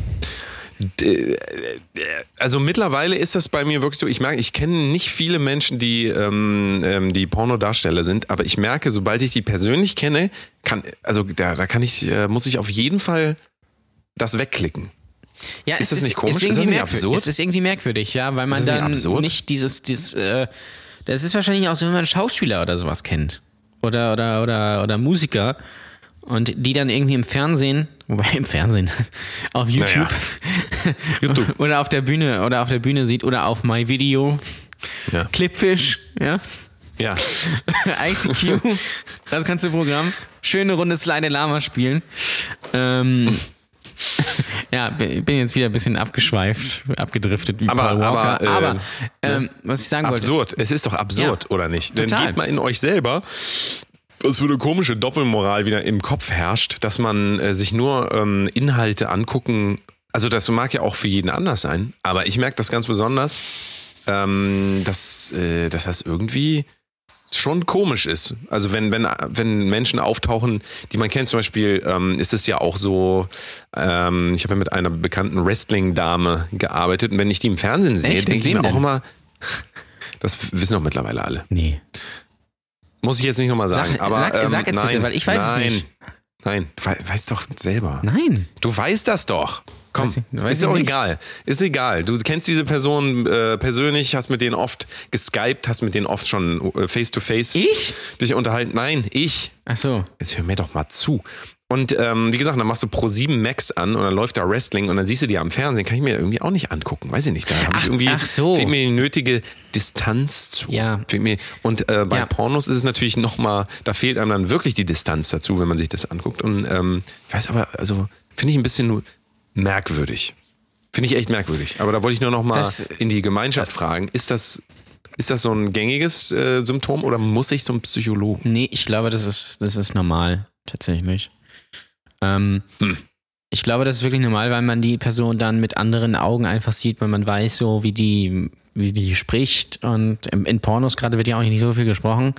d- also mittlerweile ist das bei mir wirklich so, ich merke, ich kenne nicht viele Menschen, die, ähm, ähm, die Pornodarsteller sind, aber ich merke, sobald ich die persönlich kenne, kann, also da, da kann ich, äh, muss ich auf jeden Fall das wegklicken. Ja, Ist es das nicht komisch? Ist Ist das irgendwie nicht merkwürdig. absurd? Es ist irgendwie merkwürdig, ja, weil man Ist das nicht dann absurd? nicht dieses, dieses äh, das ist wahrscheinlich auch so, wenn man Schauspieler oder sowas kennt. Oder, oder, oder, oder Musiker. Und die dann irgendwie im Fernsehen, wobei im Fernsehen, auf YouTube, YouTube. oder auf der Bühne, oder auf der Bühne sieht, oder auf MyVideo, Ja. Clipfish, ja, Ja. I C Q, das ganze Programm. Schöne Runde Slide Lama spielen. Ähm, ja, bin bin jetzt wieder ein bisschen abgeschweift, abgedriftet wie Aber- Paul Walker. aber, äh, aber ähm, was ich sagen wollte. Absurd. Es ist doch absurd, Ja. oder nicht? Total. Dann geht mal in euch selber, was für eine komische Doppelmoral wieder im Kopf herrscht, dass man äh, sich nur ähm, Inhalte angucken. Also das mag ja auch für jeden anders sein, aber ich merke das ganz besonders, ähm, dass, äh, dass das irgendwie schon komisch ist. Also wenn, wenn, wenn Menschen auftauchen, die man kennt, zum Beispiel ähm, ist es ja auch so, ähm, ich habe ja mit einer bekannten Wrestling-Dame gearbeitet und wenn ich die im Fernsehen sehe, Echt? denke ich Mit mir wem auch denn? immer, das wissen doch mittlerweile alle. Nee. Muss ich jetzt nicht nochmal sagen. Sag- aber, sag- ähm, sag jetzt nein, bitte, weil ich weiß es nein, nicht. Nein, du wei- weißt doch selber. Nein. Du weißt das doch. Komm, Weiß ich- weiß ist ich auch nicht. egal. Ist egal. Du kennst diese Person äh, persönlich, hast mit denen oft geskypt, hast mit denen oft schon äh, face to face Ich? dich unterhalten. Nein, ich. Ach so. Jetzt hör mir doch mal zu. Und ähm, wie gesagt, dann machst du Pro sieben Max an und dann läuft da Wrestling und dann siehst du die am Fernsehen. Kann ich mir irgendwie auch nicht angucken. Weiß ich nicht. Da habe Ach, ich irgendwie ach so. fehlt mir die nötige Distanz zu. Ja. Fehlt mir, und äh, bei Ja. Pornos ist es natürlich nochmal, da fehlt einem dann wirklich die Distanz dazu, wenn man sich das anguckt. Und ähm, ich weiß aber, also finde ich ein bisschen nur merkwürdig. Finde ich echt merkwürdig. Aber da wollte ich nur noch mal Das- in die Gemeinschaft fragen. Ist das, ist das so ein gängiges äh, Symptom oder muss ich zum Psychologen? Nee, ich glaube, das ist, das ist normal, tatsächlich. Ähm, Hm. Ich glaube, das ist wirklich normal, weil man die Person dann mit anderen Augen einfach sieht, weil man weiß so, wie die, wie die spricht. Und in, in Pornos gerade wird ja auch nicht so viel gesprochen.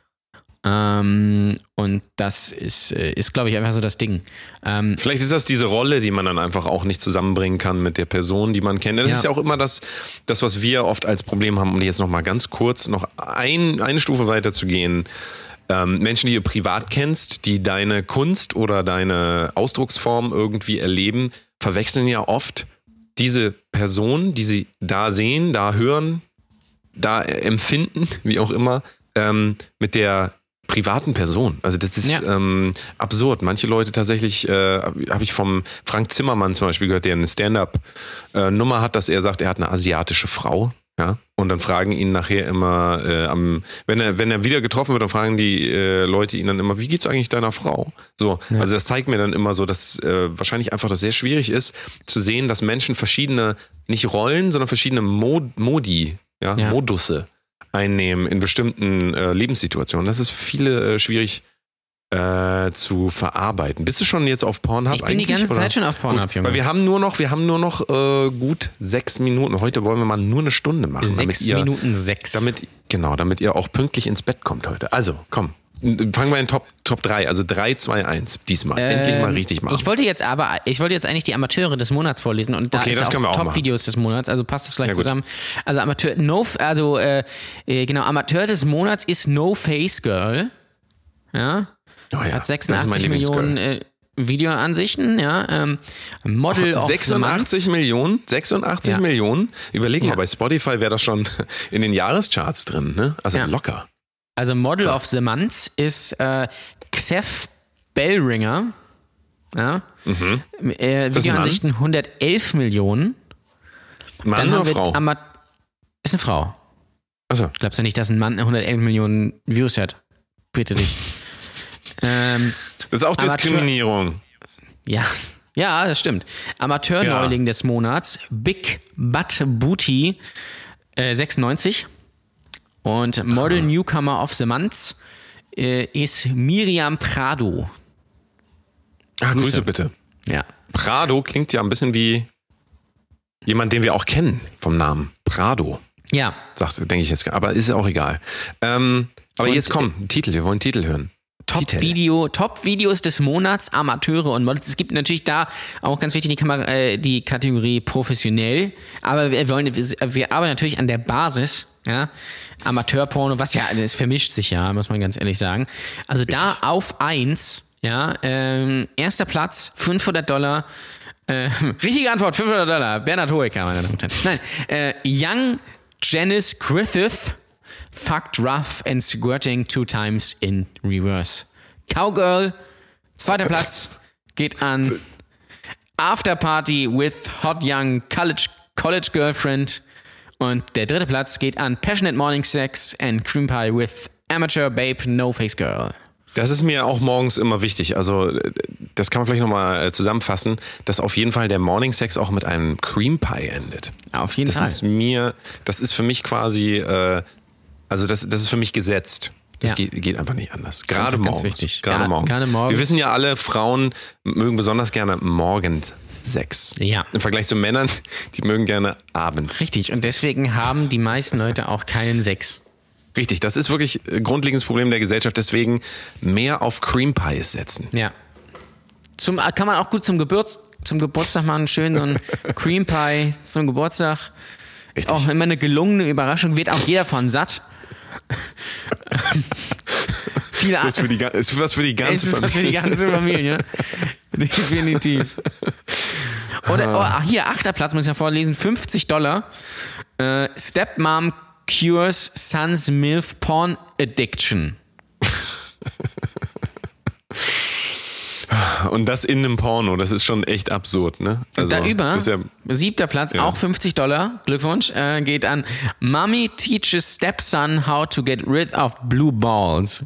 Ähm, und das ist, äh, ist glaube ich, einfach so das Ding. Ähm, Vielleicht ist das diese Rolle, die man dann einfach auch nicht zusammenbringen kann mit der Person, die man kennt. Das Ja. ist ja auch immer das, das, was wir oft als Problem haben, um jetzt noch mal ganz kurz noch ein, eine Stufe weiter zu gehen. Ähm, Menschen, die du privat kennst, die deine Kunst oder deine Ausdrucksform irgendwie erleben, verwechseln ja oft diese Person, die sie da sehen, da hören, da empfinden, wie auch immer, ähm, mit der privaten Person. Also das ist Ja. ähm, absurd. Manche Leute tatsächlich, äh, habe ich vom Frank Zimmermann zum Beispiel gehört, der eine Stand-up-Nummer hat, dass er sagt, er hat eine asiatische Frau. Ja, und dann fragen ihn nachher immer, äh, am, wenn er wenn er wieder getroffen wird, dann fragen die äh, Leute ihn dann immer, wie geht's eigentlich deiner Frau? So, Ja. also das zeigt mir dann immer so, dass äh, wahrscheinlich einfach das sehr schwierig ist, zu sehen, dass Menschen verschiedene, nicht Rollen, sondern verschiedene Mod, Modi, ja, Ja. Modusse einnehmen in bestimmten äh, Lebenssituationen. Das ist für viele äh, schwierig äh, zu verarbeiten. Bist du schon jetzt auf Pornhub Ich bin die eigentlich, ganze oder? Zeit schon auf Pornhub, Gut, Junge. weil wir haben nur noch, wir haben nur noch äh, gut sechs Minuten. Heute wollen wir mal nur eine Stunde machen. Sechs damit ihr, Minuten sechs. Damit, genau, damit ihr auch pünktlich ins Bett kommt heute. Also, komm. Fangen wir in Top, Top drei, also drei, zwei, eins. Diesmal. Ähm, Endlich mal richtig machen. Ich wollte jetzt aber, ich wollte jetzt eigentlich die Amateure des Monats vorlesen und da Okay, ist das auch können wir auch Top-Videos des Monats, also passt das gleich Ja, gut. zusammen. Also Amateur, no, also äh, äh, genau, Amateur des Monats ist No Face Girl. Ja. Oh ja, Hat das ist mein sechsundachtzig Millionen äh, Videoansichten, ja. Ähm, Model of sechsundachtzig the Month. Millionen? sechsundachtzig Ja. Millionen? Überleg mal, Ja. bei Spotify wäre das schon in den Jahrescharts drin, ne? Also Ja. locker. Also Model of the Month ist äh, Xef Bellringer. Ja. Mhm. Äh, Das ist ein Videoansichten hundertelf Millionen. Mann Dann oder haben wir Frau? Ama- ist eine Frau. Achso. Glaubst du nicht, dass ein Mann hundertelf Millionen Views hat? Bitte dich. ähm, Das ist auch Amateur- Diskriminierung. ja. Ja, das stimmt. Amateurneuling Ja. des Monats, Big Butt Booty, äh, sechsundneunzig. Und Model Newcomer of the Month äh, ist Miriam Prado. Ah, Grüße. Grüße. bitte. Ja. Prado klingt ja ein bisschen wie jemand, den wir auch kennen vom Namen. Prado, Ja. sagt, denke ich jetzt. Aber ist auch egal. Ähm, aber Und- jetzt komm, Titel, wir wollen Titel hören. Titel. Top-Video, Top-Videos des Monats, Amateure und Models. Es gibt natürlich da auch ganz wichtig die, Kamera, äh, die Kategorie professionell, aber wir wollen, wir, wir arbeiten natürlich an der Basis, ja, Amateurporno, was ja, es vermischt sich ja, muss man ganz ehrlich sagen. Also da auf eins, ja, ähm, erster Platz, fünfhundert Dollar, äh, richtige Antwort, fünfhundert Dollar, Bernhard Hoeker, meine Damen und Herren. Nein, äh, Young Janice Griffith, fucked rough and squirting two times in reverse. Cowgirl, zweiter Platz, geht an After Party with Hot Young College, College Girlfriend. Und der dritte Platz geht an Passionate Morning Sex and Cream Pie with Amateur Babe No Face Girl. Das ist mir auch morgens immer wichtig. Also, das kann man vielleicht nochmal zusammenfassen, dass auf jeden Fall der Morning Sex auch mit einem Cream Pie endet. Auf jeden Das Fall. ist mir, das ist für mich quasi, äh, also das, das ist für mich gesetzt. Das Ja. geht, geht einfach nicht anders. ist Gerade einfach ganz morgens. wichtig. Gerade Ja, morgens. gerade morgens. Wir wissen ja alle, Frauen mögen besonders gerne morgens Sex. Ja. Im Vergleich zu Männern, die mögen gerne abends. Richtig, und deswegen haben die meisten Leute auch keinen Sex. Richtig, das ist wirklich ein grundlegendes Problem der Gesellschaft. Deswegen mehr auf Cream Pies setzen. Ja. Zum, kann man auch gut zum, Geburt, zum Geburtstag machen, schön so ein Cream Pie zum Geburtstag. Ist Richtig. auch immer eine gelungene Überraschung, wird auch jeder von satt. Viele Ist das für die, ga- ist was für die ganze ist was für die ganze Familie. Definitiv. Oder oh, hier, achter Platz, muss ich ja vorlesen, fünfzig Dollar. Äh, Stepmom cures son's MILF Porn Addiction. Und das in einem Porno, das ist schon echt absurd, ne? Also, Da über, das ist ja, siebter Platz, Ja. auch fünfzig Dollar, Glückwunsch, äh, geht an Mommy teaches stepson how to get rid of blue balls.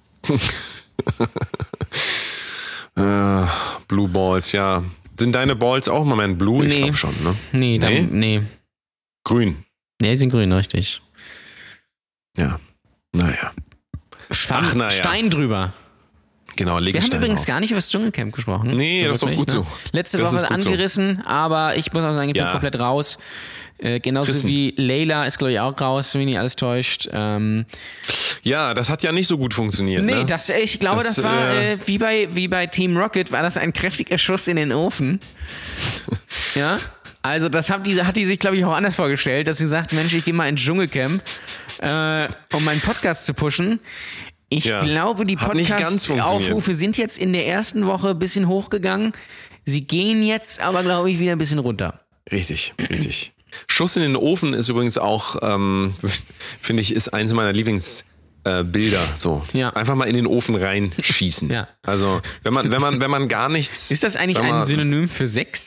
äh, Blue Balls, ja. Sind deine Balls auch im Moment blue? Ich Nee. glaube schon, ne? Nee, da, Nee? nee. Grün. Nee, die sind grün, richtig. Ja. Naja. Schwamm, Ach, na ja. Stein drüber. Genau, leg Wir haben Stein übrigens auf. gar nicht über das Dschungelcamp gesprochen. Nee, das ist doch wirklich, gut so. Letzte Das Woche ist gut so. angerissen, aber ich muss auch sagen, ich bin Ja. komplett raus. Äh, genauso Rissen. wie Leila ist, glaube ich, auch raus, wenn mich nicht alles täuscht. Ähm, Ja, das hat ja nicht so gut funktioniert, nee, ne? das, ich glaube, das, Das, war äh, äh, wie, bei, wie bei Team Rocket, war das ein kräftiger Schuss in den Ofen. Ja. Also das hat die, hat die sich, glaube ich, auch anders vorgestellt, dass sie sagt, Mensch, ich gehe mal ins Dschungelcamp, äh, um meinen Podcast zu pushen. Ich Ja. glaube, die Hat nicht ganz funktioniert. Podcast-Aufrufe sind jetzt in der ersten Woche ein bisschen hochgegangen. Sie gehen jetzt aber, glaube ich, wieder ein bisschen runter. Richtig, richtig. Schuss in den Ofen ist übrigens auch, ähm, finde ich, ist eins meiner Lieblings- äh, Bilder. So. Ja. Einfach mal in den Ofen reinschießen. Ja. Also, wenn man, wenn man, wenn man gar nichts. Ist das eigentlich sag mal, ein Synonym für Sex?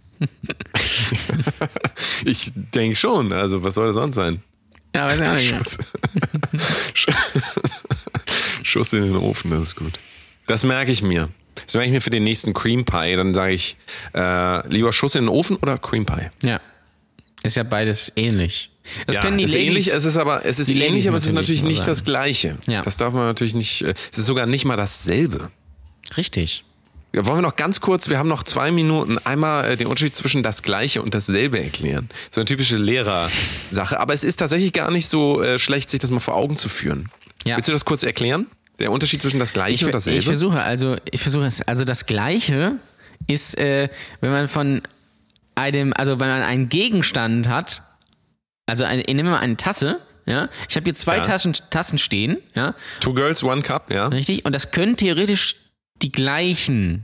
Ich denke schon. Also, was soll das sonst sein? Ja, weiß ich auch nicht. Schuss. Schuss in den Ofen, das ist gut. Das merke ich mir. Das merke ich mir für den nächsten Cream Pie. Dann sage ich, äh, lieber Schuss in den Ofen oder Cream Pie? Ja. Ist ja beides ähnlich. Das ja, können die es ist Ladies, ähnlich, es ist aber, es ist die ähnlich, Ladies aber es ist natürlich natürlich mal nicht sagen. das Gleiche. Ja. Das darf man natürlich nicht, äh, es ist sogar nicht mal dasselbe. Richtig. Ja, wollen wir noch ganz kurz, wir haben noch zwei Minuten, einmal äh, den Unterschied zwischen das Gleiche und dasselbe erklären. So eine typische Lehrersache. Aber es ist tatsächlich gar nicht so äh, schlecht, sich das mal vor Augen zu führen. Ja. Willst du das kurz erklären? Der Unterschied zwischen das Gleiche Ich, und dasselbe? ich versuche, also ich versuche es, also das Gleiche ist, äh, wenn man von einem, also wenn man einen Gegenstand hat, also eine, nehmen wir mal eine Tasse, ja, ich habe hier zwei Ja. Tassen, Tassen stehen, ja, Two Girls, One Cup, ja. richtig, und das können theoretisch die gleichen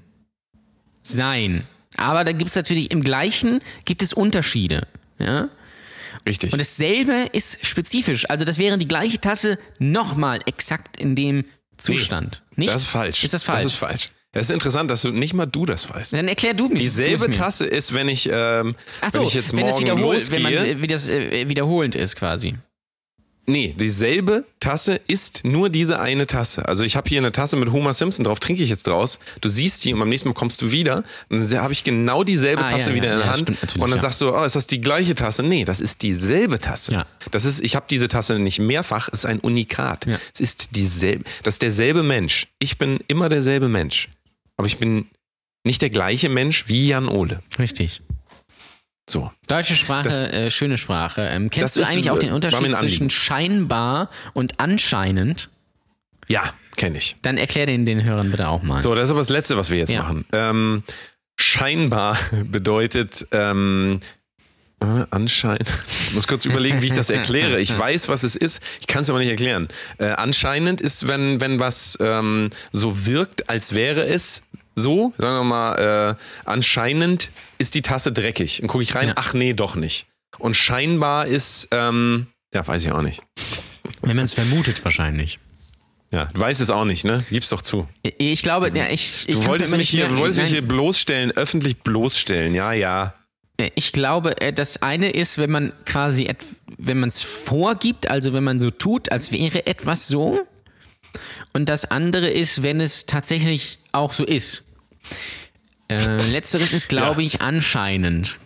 sein, aber da gibt es natürlich im Gleichen, gibt es Unterschiede, ja. Richtig. Und dasselbe ist spezifisch. Also das wäre die gleiche Tasse nochmal exakt in dem Zustand. Nicht? Das ist falsch. Ist das falsch? Das ist falsch. Es ist interessant, dass du nicht mal du das weißt. Dann erklär du mir. Dieselbe du es mir. Tasse ist, wenn ich, ähm, Ach so, wenn ich jetzt wenn es morgen wiederholt, wenn losgehe. man, wie das äh, wiederholend ist quasi. Nee, dieselbe Tasse ist nur diese eine Tasse. Also ich habe hier eine Tasse mit Homer Simpson drauf, trinke ich jetzt draus. Du siehst die und beim nächsten Mal kommst du wieder. Und dann habe ich genau dieselbe Ah, Tasse ja, wieder ja, in der ja, Hand. stimmt natürlich, Und dann ja. sagst du, oh, ist das die gleiche Tasse? Nee, das ist dieselbe Tasse. Ja. Das ist, ich habe diese Tasse nicht mehrfach, es ist ein Unikat. Ja. Es ist dieselbe, das ist derselbe Mensch. Ich bin immer derselbe Mensch. Aber ich bin nicht der gleiche Mensch wie Jan Ole. Richtig. So. Deutsche Sprache, Das- äh, schöne Sprache. Ähm, kennst Das du ist, eigentlich auch äh, den war Unterschied mir ein Anliegen. zwischen scheinbar und anscheinend? Ja, kenne ich. Dann erklär den den Hörern bitte auch mal. So, das ist aber das Letzte, was wir jetzt Ja. machen. Ähm, scheinbar bedeutet ähm, äh, anscheinend. Ich muss kurz überlegen, wie ich das erkläre. Ich weiß, was es ist, ich kann es aber nicht erklären. Äh, anscheinend ist, wenn, wenn was ähm, so wirkt, als wäre es so, sagen wir mal, äh, anscheinend ist die Tasse dreckig. Und gucke ich rein, Ja. ach nee, doch nicht. Und scheinbar ist, ähm, ja, weiß ich auch nicht. Wenn man es vermutet wahrscheinlich. Ja, du weißt es auch nicht, ne? Gib's doch zu. Ich glaube, ja, ich, ich Du kann's wolltest mir immer mich nicht hier, mehr- du wolltest mich nein. hier bloßstellen, öffentlich bloßstellen, ja, ja. Ich glaube, äh, das eine ist, wenn man quasi, et- wenn man es vorgibt, also wenn man so tut, als wäre etwas so. Und das andere ist, wenn es tatsächlich auch so ist. Äh, letzteres ist, glaube Ja. ich, anscheinend.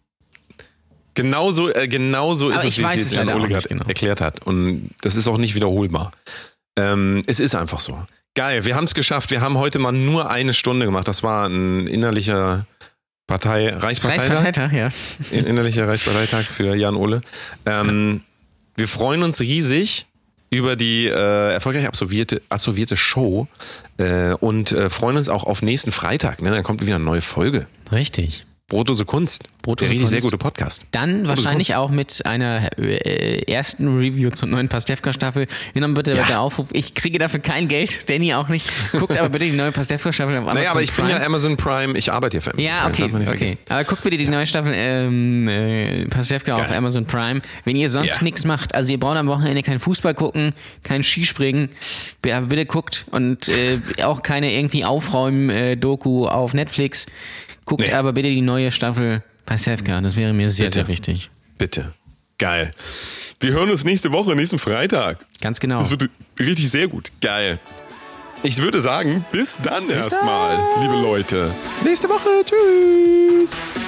Genauso, äh, genauso ist Aber es, ich wie weiß es es jetzt Jan leider Ole auch gerade nicht genau. erklärt hat. Und das ist auch nicht wiederholbar. Ähm, es ist einfach so. Geil, wir haben es geschafft. Wir haben heute mal nur eine Stunde gemacht. Das war ein innerlicher Partei, Reichsparteitag. Reichsparteitag, ja. In- innerlicher Reichsparteitag für Jan Ole. Ähm, wir freuen uns riesig über die äh, erfolgreich absolvierte, absolvierte Show äh, und äh, freuen uns auch auf nächsten Freitag. Ne? Dann kommt wieder eine neue Folge. Richtig. Brotdose Kunst. Brotdose Der richtig sehr Kunst. gute Podcast. Dann wahrscheinlich auch mit einer äh, ersten Review zur neuen Pastewka-Staffel. Hier noch bitte Ja. der Aufruf. Ich kriege dafür kein Geld, Danny auch nicht. Guckt aber bitte die neue Pastewka-Staffel auf Amazon Naja, aber ich bin Prime. ja Amazon Prime, ich arbeite ja für Amazon Ja, Prime. das okay, darf man nicht okay. vergessen. Aber guckt bitte die neue Staffel ähm, äh, Pastewka auf Geil. Amazon Prime. Wenn ihr sonst Ja. nichts macht, also ihr braucht am Wochenende kein Fußball gucken, kein Skispringen, b- aber bitte guckt und äh, auch keine irgendwie Aufräumen-Doku auf Netflix. Guckt Nee. aber bitte die neue Staffel Pastewka, das wäre mir sehr, Bitte. sehr wichtig. Bitte. Geil. Wir hören uns nächste Woche, nächsten Freitag. Ganz genau. Das wird richtig sehr gut. Geil. Ich würde sagen, bis dann erstmal, liebe Leute. Nächste Woche. Tschüss.